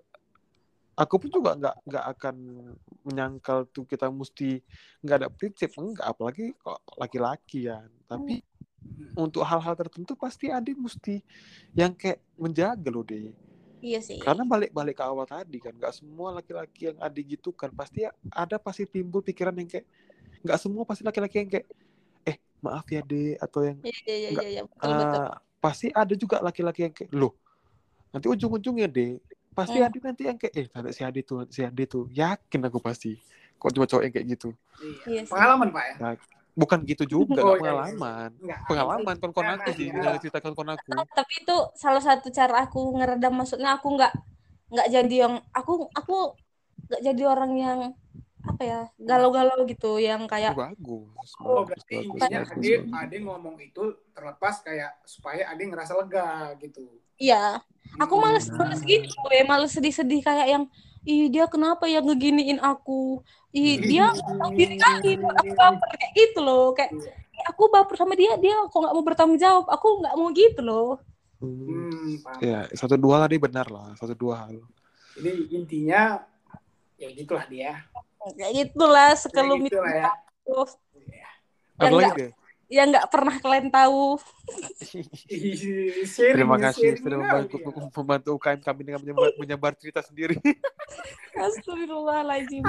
[SPEAKER 1] Aku pun juga nggak nggak akan menyangkal tuh kita mesti nggak ada prinsip, enggak, apalagi kok laki-laki ya. Tapi untuk hal-hal tertentu pasti ada mesti yang kayak menjaga loh deh.
[SPEAKER 3] iya sih.
[SPEAKER 1] Karena balik-balik ke awal tadi kan, nggak semua laki-laki yang ada gitu kan pasti ada pasti timbul pikiran yang kayak nggak semua pasti laki-laki yang kayak eh maaf ya deh atau yang
[SPEAKER 3] Iya iya iya
[SPEAKER 1] nggak
[SPEAKER 3] iya betul
[SPEAKER 1] uh,
[SPEAKER 3] betul.
[SPEAKER 1] pasti ada juga laki-laki yang kayak loh nanti ujung-ujungnya deh pasti
[SPEAKER 3] Hmm.
[SPEAKER 1] ada nanti yang kayak eh tanda si Ade tuh si Ade tuh yakin aku pasti kok cuma cowok yang kayak gitu.
[SPEAKER 2] Iya.
[SPEAKER 3] Iya sih.
[SPEAKER 2] Pengalaman Pak ya?
[SPEAKER 1] Nah, bukan gitu juga,
[SPEAKER 2] Oh,
[SPEAKER 1] nggak
[SPEAKER 2] iya,
[SPEAKER 1] pengalaman.
[SPEAKER 2] iya, iya. Nggak,
[SPEAKER 1] Pengalaman kon-kon
[SPEAKER 2] nah,
[SPEAKER 1] aku sih,
[SPEAKER 2] iya.
[SPEAKER 1] dengar cerita kon-kon aku.
[SPEAKER 3] Tapi itu salah satu cara aku ngeredam, maksudnya aku nggak nggak jadi yang aku aku nggak jadi orang yang apa ya galau-galau gitu yang kayak
[SPEAKER 1] Oh, bagus,
[SPEAKER 2] Oh,
[SPEAKER 1] bagus,
[SPEAKER 2] berarti
[SPEAKER 1] bagus,
[SPEAKER 2] intinya
[SPEAKER 1] bagus,
[SPEAKER 2] Ade,
[SPEAKER 1] bagus.
[SPEAKER 2] Ade ngomong itu terlepas kayak supaya Ade ngerasa lega gitu.
[SPEAKER 3] iya aku males
[SPEAKER 2] Hmm.
[SPEAKER 3] males gitu gue males sedih-sedih kayak yang ih dia kenapa ya ngeginiin aku, ih dia tahu diri kali buat aku baper kayak gitu loh, kayak "Ih, aku baper sama dia dia kok nggak mau bertanggung jawab, aku nggak mau gitu loh."
[SPEAKER 1] Hmm.
[SPEAKER 2] Hmm, paham.
[SPEAKER 1] Ya, satu dua lah dia benar lah, satu dua hal.
[SPEAKER 2] Jadi intinya ya gitulah dia.
[SPEAKER 3] Kayak gitulah sekelumit
[SPEAKER 2] Ya, gitulah ya.
[SPEAKER 3] aku
[SPEAKER 1] Ada
[SPEAKER 3] yang
[SPEAKER 1] lagi
[SPEAKER 3] nggak
[SPEAKER 1] deh.
[SPEAKER 3] yang nggak pernah kalian tahu.
[SPEAKER 2] Sharing,
[SPEAKER 1] Terima kasih
[SPEAKER 2] sharing
[SPEAKER 1] sudah
[SPEAKER 2] kali
[SPEAKER 1] membantu,
[SPEAKER 2] ya.
[SPEAKER 1] membantu U K M kami dengan menyebar, menyebar cerita sendiri.
[SPEAKER 3] Astagfirullahaladzim.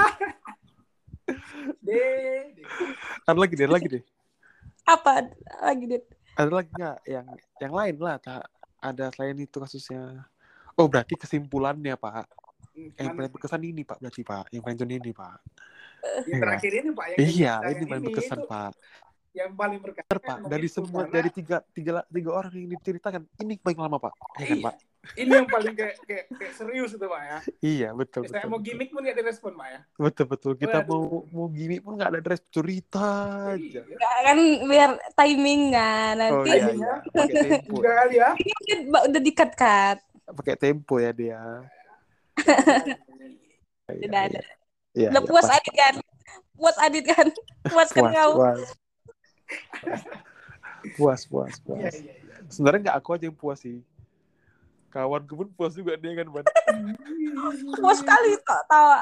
[SPEAKER 2] Deh, deh.
[SPEAKER 1] Ada lagi deh, ada lagi deh.
[SPEAKER 3] Apa lagi Dit?
[SPEAKER 1] Ada lagi nggak yang yang lain lah, tak ada selain itu kasusnya. Oh berarti kesimpulannya Pak, yang
[SPEAKER 2] Mana?
[SPEAKER 1] paling berkesan ini Pak berarti Pak, yang paling ini Pak.
[SPEAKER 2] Yang terakhir ini Pak yang
[SPEAKER 1] Iya,
[SPEAKER 2] yang
[SPEAKER 1] ini paling berkesan
[SPEAKER 2] itu
[SPEAKER 1] Pak.
[SPEAKER 2] yang paling berkesan
[SPEAKER 1] Benar, Pak. Dari
[SPEAKER 2] itu,
[SPEAKER 1] semua
[SPEAKER 2] karena
[SPEAKER 1] dari tiga, tiga tiga orang yang diceritakan ini paling lama Pak. Ya kan
[SPEAKER 2] iya,
[SPEAKER 1] Pak?
[SPEAKER 2] ini yang paling kayak kayak, kayak serius itu Pak ya.
[SPEAKER 1] Iya betul
[SPEAKER 2] Ya,
[SPEAKER 1] betul.
[SPEAKER 2] saya mau
[SPEAKER 1] betul.
[SPEAKER 2] gimmick pun nggak direspon Pak ya.
[SPEAKER 1] Betul betul. Kita
[SPEAKER 2] Waduh.
[SPEAKER 1] mau mau gimmick pun nggak ada dress cerita aja.
[SPEAKER 2] Iya.
[SPEAKER 3] Kan biar timingnya
[SPEAKER 1] Oh
[SPEAKER 3] nanti.
[SPEAKER 1] iya iya. Pakai tempo.
[SPEAKER 2] Tiga kali ya.
[SPEAKER 3] Ini udah dikat-kat.
[SPEAKER 1] Pakai tempo ya dia.
[SPEAKER 3] Tidak ada.
[SPEAKER 1] Iya.
[SPEAKER 3] Udah
[SPEAKER 1] iya,
[SPEAKER 3] puas
[SPEAKER 1] pas,
[SPEAKER 3] Adit kan? Puas Adit kan? Puas kan
[SPEAKER 1] puas,
[SPEAKER 3] kau?
[SPEAKER 1] puas. Puas puas puas.
[SPEAKER 2] Iya, iya, iya.
[SPEAKER 1] Sebenarnya nggak aku aja yang puas sih. Kawanku pun puas juga dia kan, Ban.
[SPEAKER 3] Puas sekali kok tawa.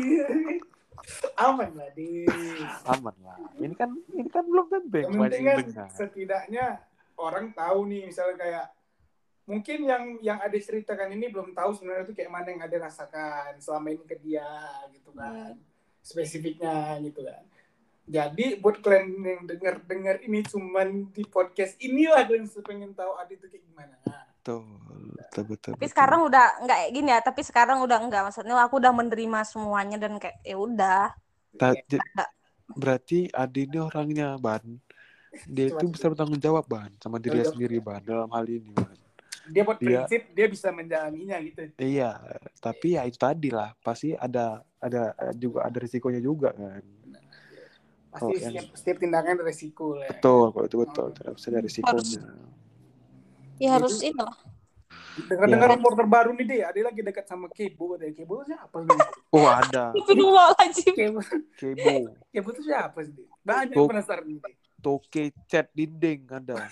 [SPEAKER 2] Aman lah, Di.
[SPEAKER 1] Aman lah. Ini kan ini kan belum tentu yang
[SPEAKER 2] Yang
[SPEAKER 1] banyak
[SPEAKER 2] penting
[SPEAKER 1] yang
[SPEAKER 2] kan
[SPEAKER 1] dengar.
[SPEAKER 2] setidaknya orang tahu nih, misalnya kayak mungkin yang yang Ade ceritakan ini belum tahu sebenarnya itu kayak mana yang Ade rasakan selama ini ke dia gitu kan. Hmm. Spesifiknya gitu kan. Jadi buat kalian yang dengar-dengar ini cuman di podcast inilah kalian pengen tahu Ade itu kayak gimana.
[SPEAKER 1] Betul, betul, betul.
[SPEAKER 3] Tapi
[SPEAKER 1] betul.
[SPEAKER 3] sekarang udah enggak kayak gini ya, tapi sekarang udah enggak, maksudnya aku udah menerima semuanya dan kayak ya udah.
[SPEAKER 1] Ta- berarti Ade ini orangnya, Ban. Dia itu bisa bertanggung jawab, Ban, sama dirinya sendiri, Ban, dalam hal ini, Ban.
[SPEAKER 2] Dia buat dia, prinsip dia bisa menjalaninya gitu.
[SPEAKER 1] Iya, tapi ya itu tadi lah, pasti ada ada juga ada risikonya juga kan.
[SPEAKER 2] Pasti oh, setiap, yang... setiap tindakan ada risiko lah.
[SPEAKER 1] Betul, kalau itu betul, tidak bisa ada risikonya.
[SPEAKER 3] Ya harus itu lah.
[SPEAKER 2] Dengar-dengar ya. Rumor terbaru nih deh, ada lagi dekat sama Kebo, katanya. Kebo itu siapa nih?
[SPEAKER 1] Oh ada.
[SPEAKER 3] Itu dua aja.
[SPEAKER 2] Kebo.
[SPEAKER 1] Kebo.
[SPEAKER 2] Kebo itu siapa sih? Banyak Tok- penasaran nih.
[SPEAKER 1] Toke cat dinding ada.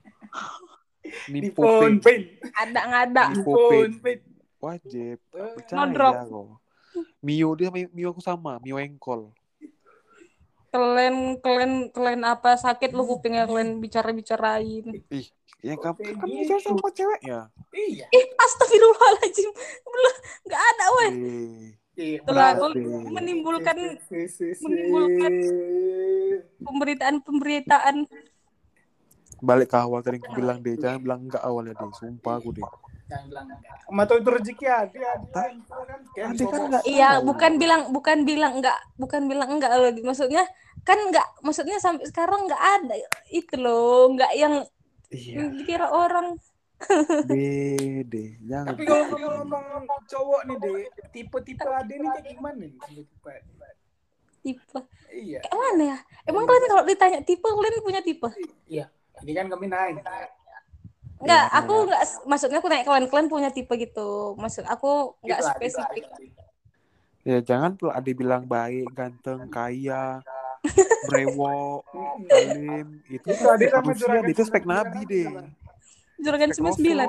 [SPEAKER 2] Nipo pen.
[SPEAKER 3] Ada nggak ada.
[SPEAKER 1] Nipo pen. Wajib. Percaya kok. Mio dia Mio aku sama, Mio engkol.
[SPEAKER 3] Kalian kalian kalian apa sakit lu kupingnya kalian bicara-bicarain.
[SPEAKER 1] Ih, yang kamu kan bisa sama cewek ya?
[SPEAKER 2] Iya.
[SPEAKER 3] Eh, astagfirullahaladzim. Belum enggak ada, weh. Telah menimbulkan menimbulkan pemberitaan-pemberitaan.
[SPEAKER 1] Balik ke awal tadi aku bilang deh, jangan bilang enggak awalnya deh, sumpah aku deh.
[SPEAKER 2] Jangan bilang enggak. Matau itu rezeki ya, dia kan
[SPEAKER 3] enggak. Iya, bukan bilang bukan bilang enggak, bukan bilang enggak loh. Maksudnya kan enggak, maksudnya sampai sekarang enggak ada itu loh, enggak yang iya. Dikira orang.
[SPEAKER 1] Dede, jangan.
[SPEAKER 2] Tapi kalau ngomong cowok nih deh, tipe-tipe Ade nih kayak gimana nih? Tipe.
[SPEAKER 3] Tipe.
[SPEAKER 2] Iya.
[SPEAKER 3] Kayak mana ya? Emang kalian kalau ditanya tipe, kalian punya tipe?
[SPEAKER 2] Iya. Ini kan kami nanya.
[SPEAKER 3] Enggak, ya, aku enggak, maksudnya aku nanya kalian-kalian punya tipe gitu. Maksud aku enggak gitu spesifik. Lah, gitu.
[SPEAKER 1] Ya jangan pula Ade bilang baik, ganteng, kaya, brewo, alim. Itu
[SPEAKER 2] Ade sama
[SPEAKER 1] manusia, itu spek nabi deh.
[SPEAKER 3] Juragan sembilan puluh sembilan.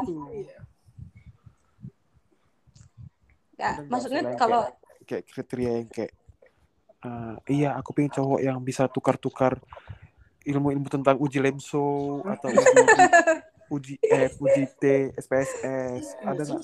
[SPEAKER 3] Enggak, maksudnya kalau
[SPEAKER 1] kayak, kayak kriteria yang kayak uh, iya aku pengen cowok yang bisa tukar-tukar ilmu-ilmu tentang uji lemso atau uji, uji F, uji T, S P S S. Ada nggak?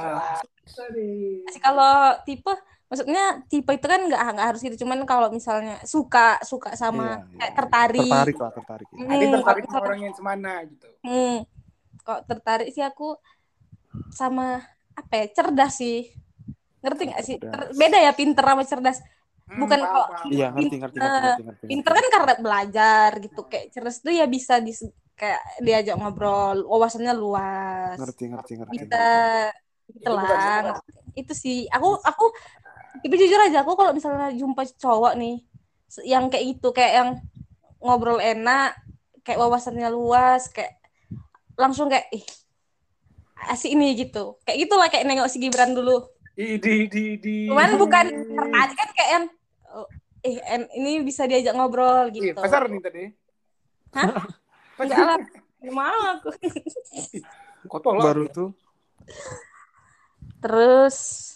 [SPEAKER 3] Kalau tipe, maksudnya tipe itu kan nggak nggak harus gitu. Cuman kalau misalnya suka suka sama iya, kayak iya. tertarik.
[SPEAKER 1] Tertarik lah, tertarik.
[SPEAKER 2] Hmm, Ada tertarik sama orang yang semana gitu.
[SPEAKER 3] Hmm, kok tertarik sih aku sama apa ya? Cerdas sih. Ngerti nggak sih? Ter- beda ya pinter sama cerdas. Bukan
[SPEAKER 2] hmm,
[SPEAKER 3] kok
[SPEAKER 1] iya ngerti ngerti ngerti, ngerti, ngerti
[SPEAKER 3] pinter kan karena belajar gitu, kayak cerdas tuh ya bisa di kayak diajak ngobrol, wawasannya luas,
[SPEAKER 1] ngerti ngerti ngerti
[SPEAKER 3] bisa itelah itu sih aku aku tapi jujur aja aku kalau misalnya jumpa cowok nih yang kayak gitu, kayak yang ngobrol enak, kayak wawasannya luas, kayak langsung kayak ih asik ini gitu, kayak gitulah, kayak nengok si Gibran dulu.
[SPEAKER 2] Di di di di.
[SPEAKER 3] Cuman bukan tertarik kan, kayak yang oh, eh ini bisa diajak ngobrol gitu.
[SPEAKER 2] Iya, pasar nih tadi.
[SPEAKER 3] Hah? Enggak lah. Mau aku.
[SPEAKER 2] Kotor
[SPEAKER 1] baru tuh.
[SPEAKER 3] Terus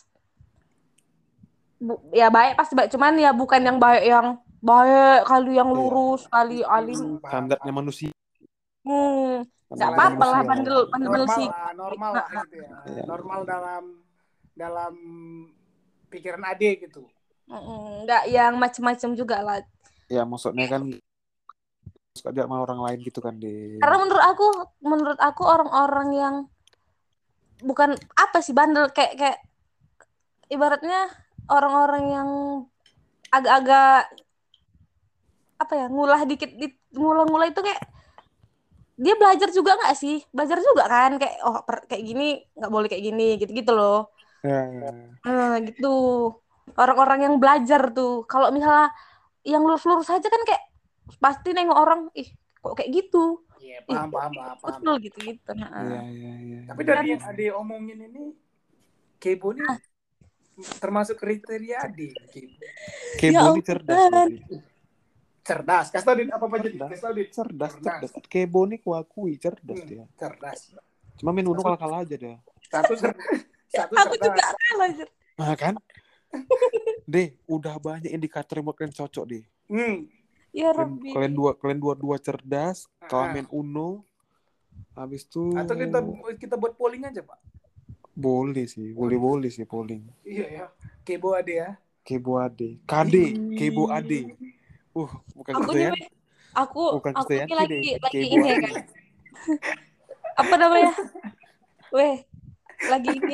[SPEAKER 3] bu, ya baik pasti baik, cuman ya bukan yang baik yang baik kali yang lurus, iya. Kali alim.
[SPEAKER 1] Standarnya manusia.
[SPEAKER 3] Hmm. Enggak apa-apa lah, bandel bandel sih.
[SPEAKER 2] Normal lah gitu ya. ya. Normal dalam dalam pikiran Ade gitu.
[SPEAKER 3] Enggak yang macam-macam juga lah.
[SPEAKER 1] Ya maksudnya kan suka dia sama orang lain gitu kan deh.
[SPEAKER 3] Karena menurut aku, menurut aku orang-orang yang bukan apa sih bandel, kayak kayak ibaratnya orang-orang yang agak-agak apa ya, ngulah dikit, ngulah-ngulah itu kayak dia belajar juga nggak sih? Belajar juga kan, kayak oh per, kayak gini nggak boleh kayak gini, gitu-gitu loh.
[SPEAKER 1] Ya, ya.
[SPEAKER 3] Nah, gitu. Orang-orang yang belajar tuh, kalau misalnya yang lurus-lurus aja kan kayak pasti nengok orang, ih kok kayak gitu.
[SPEAKER 2] Iya, paham,
[SPEAKER 3] ih,
[SPEAKER 2] paham, paham, paham.
[SPEAKER 3] Betul gitu-gitu. Nah.
[SPEAKER 1] Iya, iya, iya.
[SPEAKER 2] Tapi dari yang Ade omongin ini, Kebo nih termasuk kriteria Ade.
[SPEAKER 1] Kebo ini cerdas.
[SPEAKER 2] cerdas. Kasih tau Din apa-apa jadi.
[SPEAKER 1] Cerdas.
[SPEAKER 2] Kasih tau Din.
[SPEAKER 1] Cerdas, cerdas. Kebo nih kuakui cerdas
[SPEAKER 2] Hmm,
[SPEAKER 1] dia.
[SPEAKER 2] cerdas.
[SPEAKER 1] Cuma main Uno kalah-kalah aja dia.
[SPEAKER 2] Satu cerdas. Satu
[SPEAKER 3] Aku
[SPEAKER 2] cerdas.
[SPEAKER 3] juga kalah. Jir.
[SPEAKER 1] Nah kan? Deh, udah banyak indikator yang buat kalian cocok deh.
[SPEAKER 2] Hmm.
[SPEAKER 3] Ya
[SPEAKER 1] Kalian,
[SPEAKER 3] Rabbi.
[SPEAKER 1] kalian dua kalian dua dua cerdas,
[SPEAKER 2] Ah.
[SPEAKER 1] kalau main Uno, habis itu
[SPEAKER 2] Atau kita kita buat polling aja, Pak.
[SPEAKER 1] boleh sih, boleh boleh sih polling.
[SPEAKER 2] Iya ya. Kebo Ade ya.
[SPEAKER 1] Kebo Ade, K D, Kebo Ade. Uh, bukan
[SPEAKER 3] Aku
[SPEAKER 1] gitu
[SPEAKER 3] nih,
[SPEAKER 1] ya?
[SPEAKER 3] weh, aku
[SPEAKER 1] Bukan
[SPEAKER 3] aku
[SPEAKER 1] Kristianti
[SPEAKER 3] nih lagi
[SPEAKER 1] deh,
[SPEAKER 3] lagi
[SPEAKER 1] Kebo
[SPEAKER 3] ini ya
[SPEAKER 1] Ade.
[SPEAKER 3] kan. Apa namanya? Weh, lagi ini.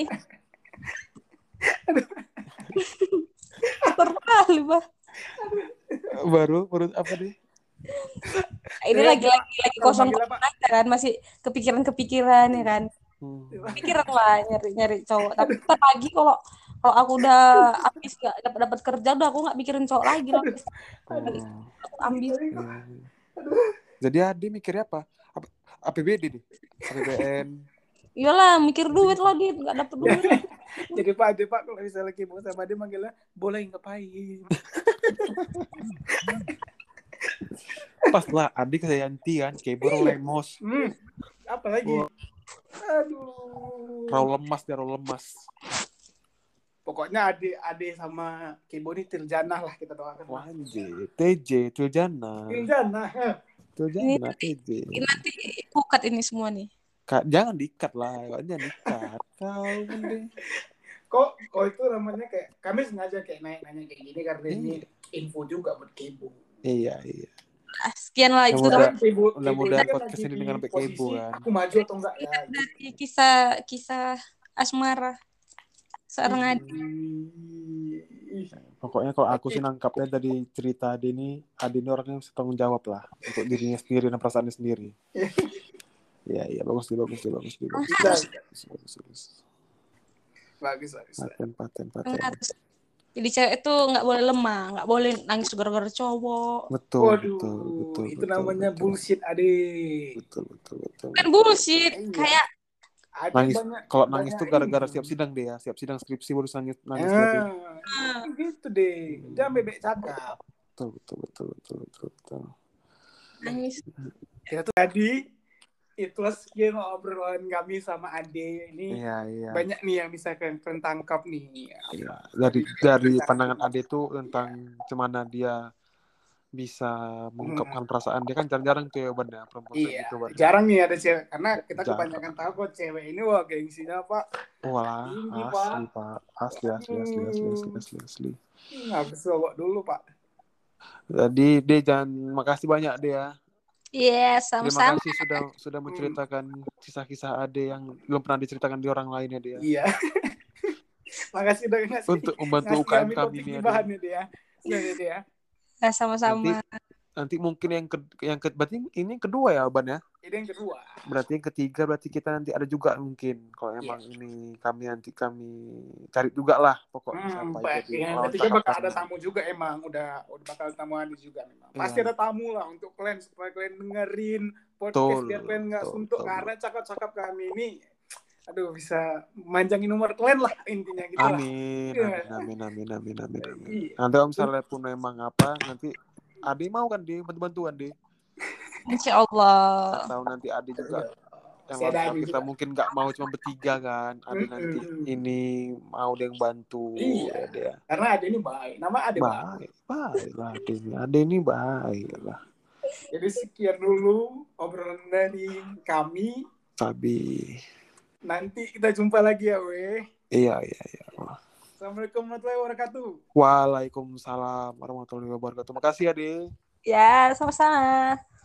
[SPEAKER 3] Terlalu, Bah.
[SPEAKER 1] Baru, baru apa deh?
[SPEAKER 3] Ini
[SPEAKER 2] Ya,
[SPEAKER 3] lagi
[SPEAKER 2] Pak.
[SPEAKER 3] lagi lagi
[SPEAKER 2] Kalau
[SPEAKER 3] kosong
[SPEAKER 2] manggil apa?
[SPEAKER 3] kan, masih kepikiran-kepikiran ya kan.
[SPEAKER 1] Hmm.
[SPEAKER 3] Pikiran lah nyari-nyari cowok. Tapi ntar lagi kalau kalau aku udah habis nggak dapat dapat kerja, udah aku nggak mikirin cowok lagi loh.
[SPEAKER 1] Oh.
[SPEAKER 3] Aku ambil.
[SPEAKER 1] Iya. Jadi Ade mikirnya apa? Apa- A P B D deh, A P B N.
[SPEAKER 3] Iyalah, mikir duit lah dia nggak dapet duit.
[SPEAKER 2] Jadi Pak Ade Pak kalau misalnya Kebo sama Ade manggilnya boleh ngapain?
[SPEAKER 1] Pas lah Ade Kristianti kan, Kebo Lemos.
[SPEAKER 2] Hmm. Apa lagi?
[SPEAKER 1] Wah.
[SPEAKER 2] Aduh.
[SPEAKER 1] Raul lemas dia, Raul lemas.
[SPEAKER 2] Pokoknya Ade Ade sama Kebo ini Tirjanah lah kita doakan.
[SPEAKER 1] Wanje, T J, Tuljana.
[SPEAKER 2] Tirjanah.
[SPEAKER 1] Tuljana, T J.
[SPEAKER 3] Ini nanti bukat ini semua nih.
[SPEAKER 1] Kak, jangan diikat lah, jangan diikat. Kau pun deh.
[SPEAKER 2] Kok kok itu namanya kayak kami sengaja kayak naik-nanya kayak gini karena ini
[SPEAKER 1] Iya.
[SPEAKER 2] info juga buat Kebo.
[SPEAKER 1] Iya, iya.
[SPEAKER 3] Ah, sekian lah itu
[SPEAKER 1] Mudah-
[SPEAKER 3] kan
[SPEAKER 2] Kebo,
[SPEAKER 1] mudah-mudahan
[SPEAKER 2] Kebo kan
[SPEAKER 1] podcast
[SPEAKER 2] lagi
[SPEAKER 1] ini
[SPEAKER 2] di
[SPEAKER 1] dengan sampai
[SPEAKER 2] posisi
[SPEAKER 1] Kebo kan.
[SPEAKER 2] aku maju atau enggak ya. gitu.
[SPEAKER 3] dari kisah kisah asmara seorang adik.
[SPEAKER 2] Ih,
[SPEAKER 1] Pokoknya kalau aku sih nangkapnya dari cerita Ade ini, Ade ini orangnya bisa tanggung jawab lah untuk dirinya sendiri dan perasaannya sendiri. Iya, iya, bagus deh, bagus deh, bagus deh, bagus.
[SPEAKER 2] Bisa.
[SPEAKER 1] Bagus, bagus, bagus.
[SPEAKER 2] Bagus, bagus.
[SPEAKER 1] Paten, paten, paten.
[SPEAKER 3] Harus. Jadi cewek itu nggak boleh lemah, nggak boleh nangis gara-gara cowok.
[SPEAKER 1] Betul,
[SPEAKER 2] Waduh,
[SPEAKER 1] betul, betul.
[SPEAKER 2] itu
[SPEAKER 1] betul,
[SPEAKER 2] namanya
[SPEAKER 1] betul.
[SPEAKER 2] bullshit Ade.
[SPEAKER 1] Betul, betul, betul.
[SPEAKER 3] Kan bullshit,
[SPEAKER 2] Iya.
[SPEAKER 3] kayak
[SPEAKER 2] Ada
[SPEAKER 1] Nangis,
[SPEAKER 2] banyak,
[SPEAKER 1] kalau nangis
[SPEAKER 2] banyak
[SPEAKER 1] tuh gara-gara
[SPEAKER 2] ini.
[SPEAKER 1] siap sidang deh ya, siap sidang skripsi baru nangis, nangis
[SPEAKER 2] Ah,
[SPEAKER 1] lagi.
[SPEAKER 2] gitu deh. Jangan bebek cakap.
[SPEAKER 1] Betul, betul, betul, betul, betul, betul.
[SPEAKER 3] nangis.
[SPEAKER 2] Kita tuh tadi itulah sekian obrolan kami sama Ade ini.
[SPEAKER 1] Iya, iya.
[SPEAKER 2] Banyak nih yang bisa kalian, kalian tangkap nih.
[SPEAKER 1] Iya. Dari dari pandangan Ade tuh tentang gimana dia bisa mengungkapkan perasaan dia, kan jarang-jarang tuh ya Ban ya, perempuan kayak
[SPEAKER 2] Iya,
[SPEAKER 1] gitu Ban.
[SPEAKER 2] jarang nih ada cewek karena kita
[SPEAKER 1] Jarang.
[SPEAKER 2] kebanyakan tahu kok cewek ini wah gengsinya Pak.
[SPEAKER 1] Wah,
[SPEAKER 2] Tinggi,
[SPEAKER 1] asli Pak, asli asli asli asli asli asli asli.
[SPEAKER 2] Nggak bisa bawa dulu Pak.
[SPEAKER 1] Jadi dia jangan, makasih banyak dia ya.
[SPEAKER 3] Yes,
[SPEAKER 1] Terima
[SPEAKER 3] sama-sama.
[SPEAKER 1] kasih sudah sudah menceritakan kisah-kisah Ade yang belum pernah diceritakan di orang lain ya dia.
[SPEAKER 2] Iya. Makasih udah ngasih
[SPEAKER 1] Untuk membantu
[SPEAKER 2] ngasih
[SPEAKER 1] U K M
[SPEAKER 2] kami
[SPEAKER 1] kami
[SPEAKER 2] topik
[SPEAKER 1] nih ya,
[SPEAKER 2] bahan
[SPEAKER 1] Ade.
[SPEAKER 2] nih dia. Sudah nih dia.
[SPEAKER 3] Ya, sama-sama.
[SPEAKER 1] Nanti mungkin yang ke, yang ke, berarti ini yang kedua ya Ban ya.
[SPEAKER 2] Ini yang kedua.
[SPEAKER 1] Berarti yang ketiga berarti kita nanti ada juga mungkin kalau
[SPEAKER 2] Iya.
[SPEAKER 1] emang ini kami nanti kami cari juga lah pokoknya
[SPEAKER 2] Hmm,
[SPEAKER 1] siapa
[SPEAKER 2] Pak,
[SPEAKER 1] jadi
[SPEAKER 2] yang
[SPEAKER 1] lawan
[SPEAKER 2] ketiga bakal
[SPEAKER 1] cakap
[SPEAKER 2] ada
[SPEAKER 1] kami.
[SPEAKER 2] tamu juga emang udah udah bakal tamu Adi juga memang.
[SPEAKER 1] Iya.
[SPEAKER 2] Pasti ada tamu lah untuk kalian supaya kalian dengerin podcast
[SPEAKER 1] Betul,
[SPEAKER 2] biar kalian nggak
[SPEAKER 1] betul,
[SPEAKER 2] suntuk
[SPEAKER 1] betul.
[SPEAKER 2] karena cakap-cakap kami ini aduh bisa manjangin umur kalian lah intinya gitu lah.
[SPEAKER 1] Amin,
[SPEAKER 2] Iya.
[SPEAKER 1] amin, amin, amin, amin, amin, amin.
[SPEAKER 2] Iya.
[SPEAKER 1] Nanti kalau misalnya pun memang apa, nanti Ade mau kan di bantu-bantuan deh.
[SPEAKER 3] Insya Allah.
[SPEAKER 1] Atau nanti Ade juga yang
[SPEAKER 2] Si ada
[SPEAKER 1] kalau
[SPEAKER 2] Ade
[SPEAKER 1] kita
[SPEAKER 2] juga.
[SPEAKER 1] mungkin nggak mau cuma bertiga kan, Ade
[SPEAKER 2] Mm-mm.
[SPEAKER 1] nanti ini mau dia yang bantu.
[SPEAKER 2] Iya.
[SPEAKER 1] Ya, dia.
[SPEAKER 2] Karena Ade ini baik. Nama Ade baik.
[SPEAKER 1] Baik, baik lah Ade ini. Ade ini baik lah.
[SPEAKER 2] Jadi sekian dulu obrolan dari kami.
[SPEAKER 1] Sabi.
[SPEAKER 2] Nanti kita jumpa lagi ya weh.
[SPEAKER 1] Iya, iya, iya.
[SPEAKER 2] Assalamualaikum warahmatullahi wabarakatuh.
[SPEAKER 1] Waalaikumsalam warahmatullahi wabarakatuh. Makasih Ade.
[SPEAKER 3] Ya, sama-sama.